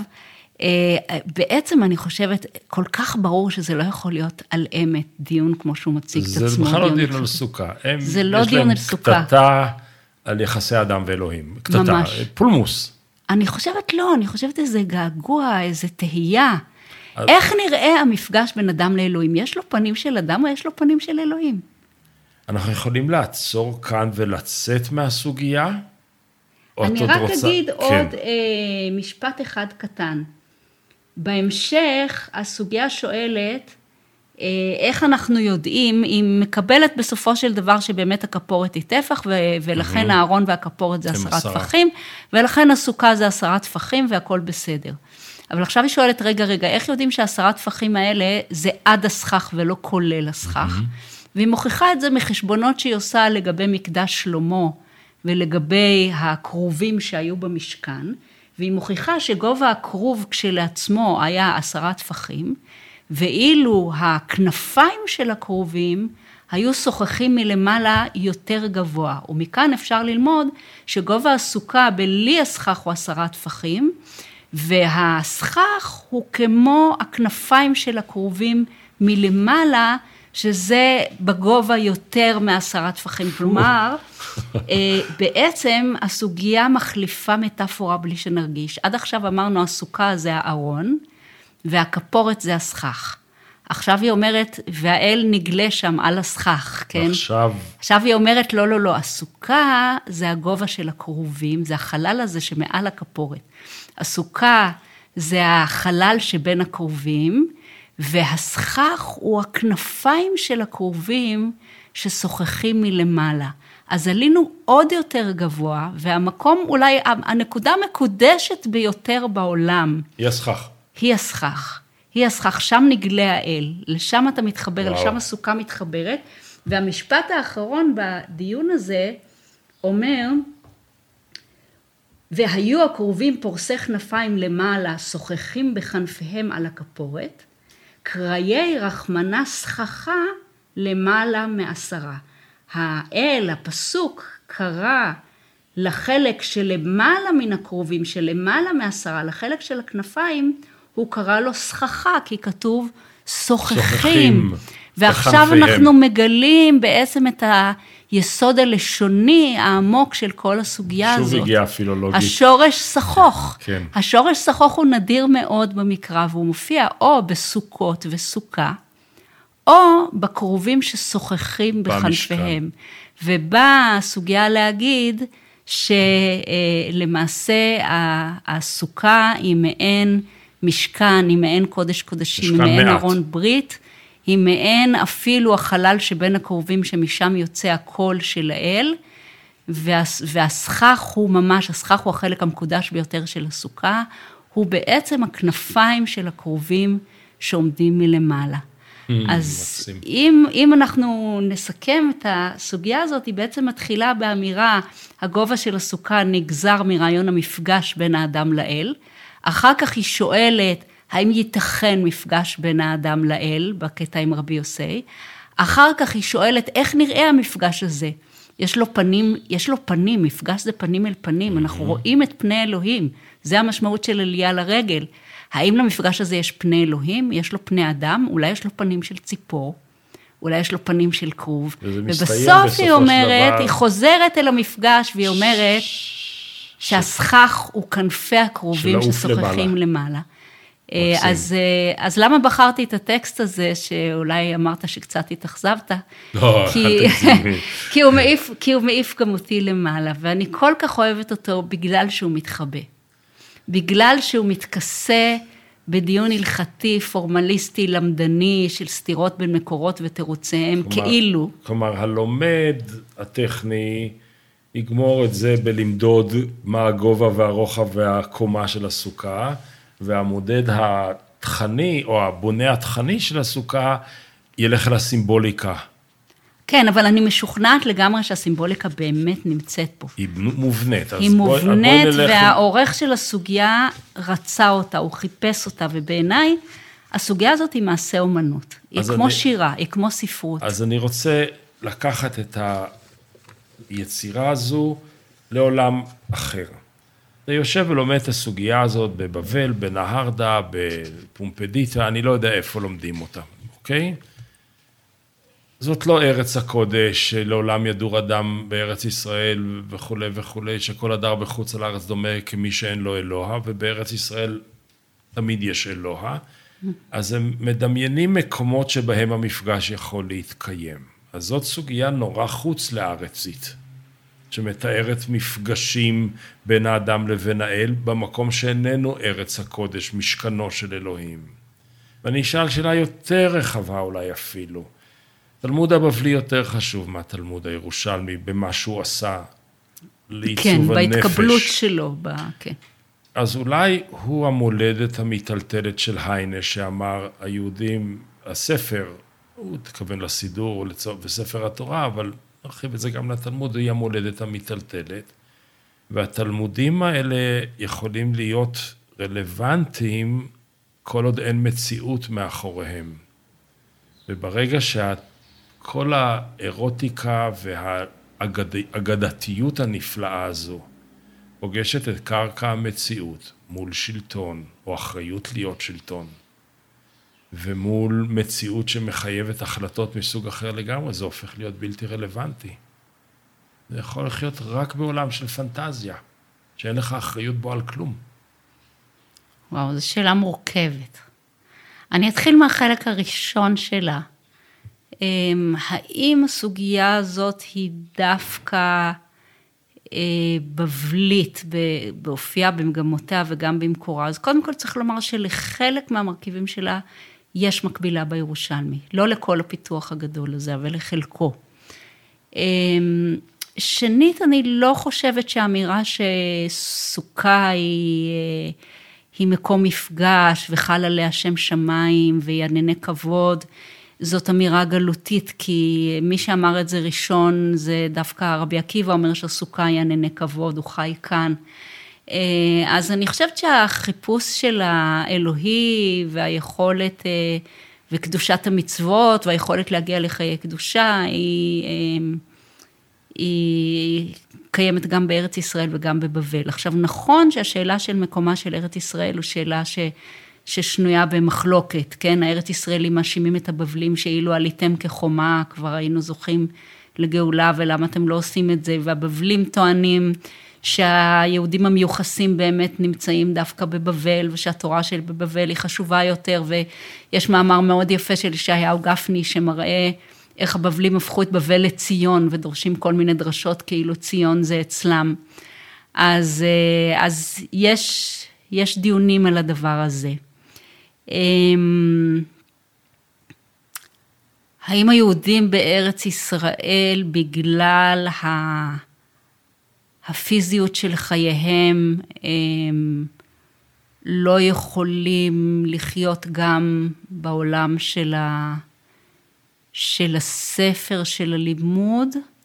בעצם אני חושבת, כל כך ברור שזה לא יכול להיות על אמת דיון, כמו שהוא מציג את עצמו. זה בכלל לא דיון על סוכה. זה לא דיון על סוכה. יש להם קטטה על יחסי אדם ואלוהים. קטטה, פולמוס. אני חושבת לא, אני חושבת איזה געגוע, איזה תהייה. איך נראה המפגש בין אדם לאלוהים? יש לו פנים של אדם או יש לו פנים של אלוהים? אנחנו יכולים לעצור כאן ולצאת מהסוגיה? אני רק אגיד עוד משפט אחד קטן. בהמשך, הסוגיה שואלת, איך אנחנו יודעים, אם מקבלת בסופו של דבר שבאמת הכפורת היא טפח, ולכן הארון והכפורת זה 10 טפחים, ולכן הסוכה זה 10 טפחים, והכל בסדר. אבל עכשיו היא שואלת, רגע, איך יודעים ש10 טפחים האלה זה עד הסכך ולא כולל הסכך? והיא מוכיחה את זה מחשבונות שהיא עושה לגבי מקדש שלמה, ולגבי הכרובים שהיו במשכן, והיא מוכיחה שגובה הכרוב כשלעצמו היה 10 טפחים, ואילו הכנפיים של הכרובים היו שוחחים מלמעלה יותר גבוה, ומכאן אפשר ללמוד שגובה הסוכה בלי הסכך הוא 10 טפחים, והסכך הוא כמו הכנפיים של הכרובים מלמעלה, שזה בגובה יותר מ10 טפחים, כלומר, בעצם הסוגיה מחליפה מטאפורה בלי שנרגיש. עד עכשיו אמרנו, הסוכה זה הארון, והכפורת זה הסכך. עכשיו היא אומרת, והאל נגלה שם על הסכך, כן? עכשיו היא אומרת, לא, הסוכה זה הגובה של הכרובים, זה החלל הזה שמעל הכפורת. הסוכה זה החלל שבין הכרובים, והסכך הוא הכנפיים של הכרובים ששוחחים מלמעלה. אז עלינו עוד יותר גבוה, והמקום אולי, הנקודה המקודשת ביותר בעולם. היא הסכך. היא הסכך, שם נגלה האל, לשם אתה מתחבר, לשם הסוכה מתחברת, והמשפט האחרון בדיון הזה אומר, והיו הכרובים פורסי כנפיים למעלה, שוחחים בכנפיהם על הכפורת, קריי רחמנה סככה למעלה מ10. האל, הפסוק, קרא לחלק שלמעלה מן הכרובים, שלמעלה מ10, לחלק של הכנפיים, הוא קרא לו סככה, כי כתוב שוחחים. ועכשיו אנחנו מגלים בעצם את היסוד הלשוני העמוק של כל הסוגיה הזאת. שוב הגיעה פילולוגית. השורש סכוך. כן. השורש סכוך הוא נדיר מאוד במקרא, והוא מופיע או בסוכות וסוכה, או בכרובים ששוחחים בכנפיהם. ובאה הסוגיה להגיד שלמעשה הסוכה היא מעין משכן, היא מעין קודש קודשים, היא מעין ארון ברית, היא מעין אפילו החלל שבין הקרובים שמשם יוצא הקול של האל, והסכך הוא ממש, הסכך הוא החלק המקודש ביותר של הסוכה, הוא בעצם הכנפיים של הקרובים שעומדים מלמעלה. אז אם אנחנו נסכם את הסוגיה הזאת, היא בעצם מתחילה באמירה, הגובה של הסוכה נגזר מרעיון המפגש בין האדם לאל, אחר כך היא שואלת, האם ייתכן מפגש בין האדם לאל, בקטע עם רבי יוסי, אחר כך היא שואלת, איך נראה המפגש הזה? יש לו פנים, מפגש זה פנים אל פנים, אנחנו רואים את פני אלוהים, זה המשמעות של עלייה לרגל. האם למפגש הזה יש פני אלוהים? יש לו פני אדם? אולי יש לו פנים של ציפור? אולי יש לו פנים של כרוב? ובסוף היא אומרת, היא חוזרת אל המפגש, והיא אומרת שהסכך הוא כנפי הקרובים ששוחחים למעלה. אז למה בחרתי את הטקסט הזה, שאולי אמרת שקצת התאכזבת? לא, כי הוא מעיף גם אותי למעלה, ואני כל כך אוהבת אותו בגלל שהוא מתחבא. בגלל שהוא מתכסה בדיון הלכתי, פורמליסטי, למדני, של סתירות בין מקורות ותירוציהם, כאילו. כלומר, הלומד הטכני יגמור את זה בלמדוד מה הגובה והרוחב והקומה של הסוכה, והמודד התכני, או הבונה התכני של הסוכה, ילך לסימבוליקה. כן, אבל אני משוכנעת לגמרי שהסימבוליקה באמת נמצאת פה. היא מובנית. היא מובנית, והעורך של הסוגיה רצה אותה, הוא חיפש אותה, ובעיניי, הסוגיה הזאת היא מעשה אומנות. היא כמו שירה, היא כמו ספרות. אז אני רוצה לקחת את היצירה הזו לעולם אחר. אתה יושב ולומד את הסוגיה הזאת בבבל, בנהרדה, בפומפדיטה, אני לא יודע איפה לומדים אותה, אוקיי? זאת לא ארץ הקודש, לעולם ידור אדם בארץ ישראל וכו' וכו', שכל הדר בחוץ על הארץ דומה כמי שאין לו אלוה, ובארץ ישראל תמיד יש אלוה, אז הם מדמיינים מקומות שבהם המפגש יכול להתקיים. אז זאת סוגיה נורא חוץ לארצית, שמתארת מפגשים בין האדם לבין האל, במקום שאיננו ארץ הקודש, משכנו של אלוהים. ואני אשאל שאלה יותר רחבה אולי אפילו, תלמוד הבבלי יותר חשוב מהתלמוד הירושלמי, במה שהוא עשה לעיצוב הנפש. כן, בהתקבלות שלו, כן. אז אולי הוא המולדת המטלטלת של היינה, שאמר, היהודים, הספר, הוא תכוון לסידור וספר התורה, אבל נרחיב את זה גם לתלמוד, היא המולדת המטלטלת, והתלמודים האלה יכולים להיות רלוונטיים, כל עוד אין מציאות מאחוריהם. וברגע כל האירוטיקה והאגדתיות הנפלאה הזו פוגשת את קרקע המציאות מול שלטון או אחריות להיות שלטון, ומול מציאות שמחייבת החלטות מסוג אחר לגמרי, זה הופך להיות בלתי רלוונטי. זה יכול לחיות רק בעולם של פנטזיה, שאין לך אחריות בו על כלום. וואו, זו שאלה מורכבת. אני אתחיל מהחלק הראשון שלה. האם הסוגיה הזאת היא דווקא בבלית, באופייה, במגמותיה וגם במקורה? אז קודם כל צריך לומר שלחלק מהמרכיבים שלה יש מקבילה בירושלמי. לא לכל הפיתוח הגדול הזה, אבל לחלקו. שנית, אני לא חושבת שהאמירה שסוכה היא מקום מפגש וחל עליה שם שמיים ויענני כבוד, זאת אמירה גלותית, כי מי שאמר את זה ראשון, זה דווקא רבי עקיבא אומר שהסוכה היא ענני כבוד, הוא חי כאן. אז אני חושבת שהחיפוש של האלוהי והיכולת וקדושת המצוות והיכולת להגיע לחיי קדושה היא קיימת גם בארץ ישראל וגם בבבל. עכשיו נכון שהשאלה של מקומה של ארץ ישראל הוא שאלה ששנויה במחלוקת, כן? הארץ ישראלים מאשימים את הבבלים שאילו עליתם כחומה, כבר היינו זוכים לגאולה, ולמה אתם לא עושים את זה? והבבלים טוענים שהיהודים המיוחסים באמת נמצאים דווקא בבבל, ושהתורה של בבבל היא חשובה יותר, ויש מאמר מאוד יפה של ישעיהו גפני שמראה איך הבבלים הפכו את בבל לציון, ודורשים כל מיני דרשות כאילו ציון זה אצלם. אז יש דיונים על הדבר הזה. האם היהודים בארץ ישראל, בגלל הפיזיות של חייהם, לא יכולים לחיות גם בעולם של הספר, של הלימוד?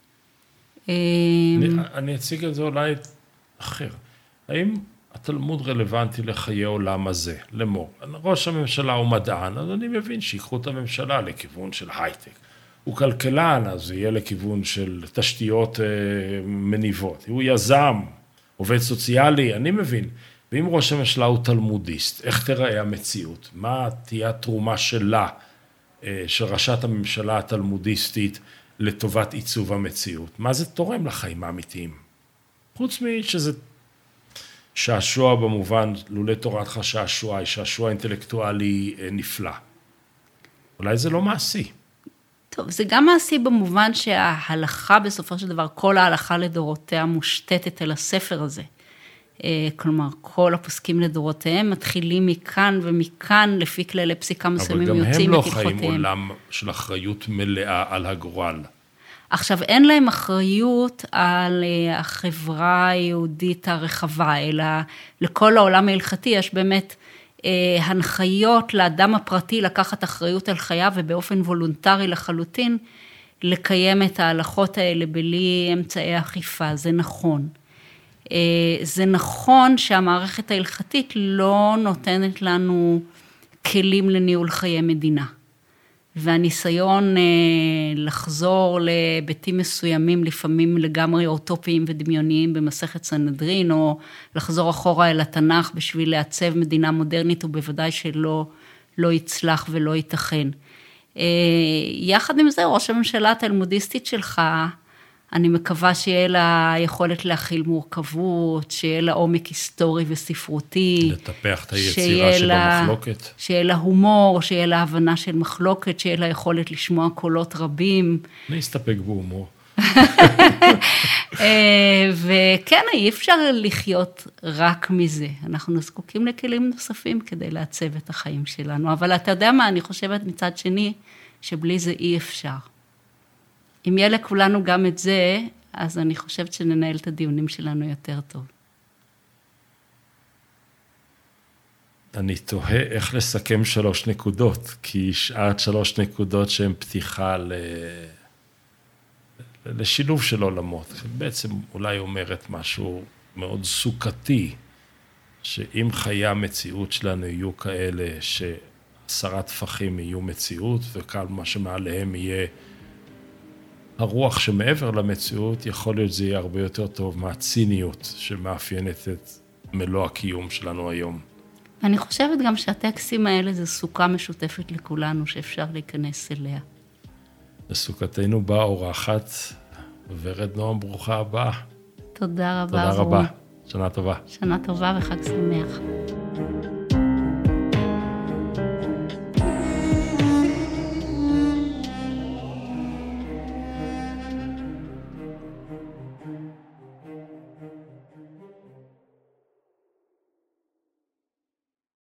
אני אציג את זה אולי אחר. האם התלמוד רלוונטי לחיי עולם הזה? לאמור, ראש הממשלה הוא מדען, אז אני מבין שיקחו את הממשלה לכיוון של הייטק. הוא כלכלן, אז יהיה לכיוון של תשתיות מניבות. הוא יזם, עובד סוציאלי, אני מבין. ואם ראש הממשלה הוא תלמודיסט, איך תראה המציאות? מה תהיה התרומה שלה, של ראשת הממשלה התלמודיסטית, לטובת עיצוב המציאות? מה זה תורם לחיים האמיתיים? חוץ משזה שעשוע במובן, לולא תורתך שעשוע, היא שעשוע אינטלקטואלי נפלא. אולי זה לא מעשי. טוב, זה גם מעשי במובן שההלכה בסופו של דבר, כל ההלכה לדורותיה מושתתת על הספר הזה. כלומר, כל הפוסקים לדורותיהם מתחילים מכאן ומכאן, לפי כללי פסיקה מסוימים יוצאים את הלכותיהם. אבל גם הם לא חיים עולם של אחריות מלאה על הגורל. עכשיו, אין להם אחריות על החברה היהודית הרחבה, אלא לכל העולם ההלכתי יש באמת הנחיות לאדם הפרטי לקחת אחריות על חייו, ובאופן וולונטרי לחלוטין, לקיים את ההלכות האלה בלי אמצעי אכיפה, זה נכון. זה נכון שהמערכת ההלכתית לא נותנת לנו כלים לניהול חיי מדינה. והניסיון לחזור להיבטים מסוימים, לפעמים לגמרי אוטופיים ודמיוניים במסכת סנהדרין, או לחזור אחורה אל התנ"ך בשביל לעצב מדינה מודרנית, ובוודאי שלא יצלח ולא ייתכן. יחד עם זה, ראש הממשלה התלמודיסטית שלך, אני מקווה שיהיה לה יכולת להכיל מורכבות, שיהיה לה עומק היסטורי וספרותי. לטפח את היצירה שבמחלוקת. שיהיה לה הומור, שיהיה לה הבנה של מחלוקת, שיהיה לה יכולת לשמוע קולות רבים. אני אסתפק בהומור. וכן, אי אפשר לחיות רק מזה. אנחנו זקוקים לכלים נוספים כדי לעצב את החיים שלנו. אבל אתה יודע מה, אני חושבת מצד שני, שבלי זה אי אפשר. אם יהיה לכולנו גם את זה, אז אני חושבת שננהל את הדיונים שלנו יותר טוב. אני תוהה איך לסכם 3 נקודות, כי שארת 3 נקודות שהן פתיחה לשילוב של עולמות. בעצם אולי אומרת משהו מאוד סוכתי, שאם חיי המציאות שלנו יהיו כאלה, ש10 טפחים יהיו מציאות, וכל מה שמעליהם יהיה הרוח שמעבר למציאות, יכול להיות שזה יהיה הרבה יותר טוב מהציניות שמאפיינת את מלוא הקיום שלנו היום. אני חושבת גם שהטקסטים האלה זה סוכה משותפת לכולנו שאפשר להיכנס אליה. לסוכתנו באה אורחת, ורד נועם, ברוכה הבאה. תודה רבה. תודה רבה. שנה טובה. שנה טובה וחג שמח.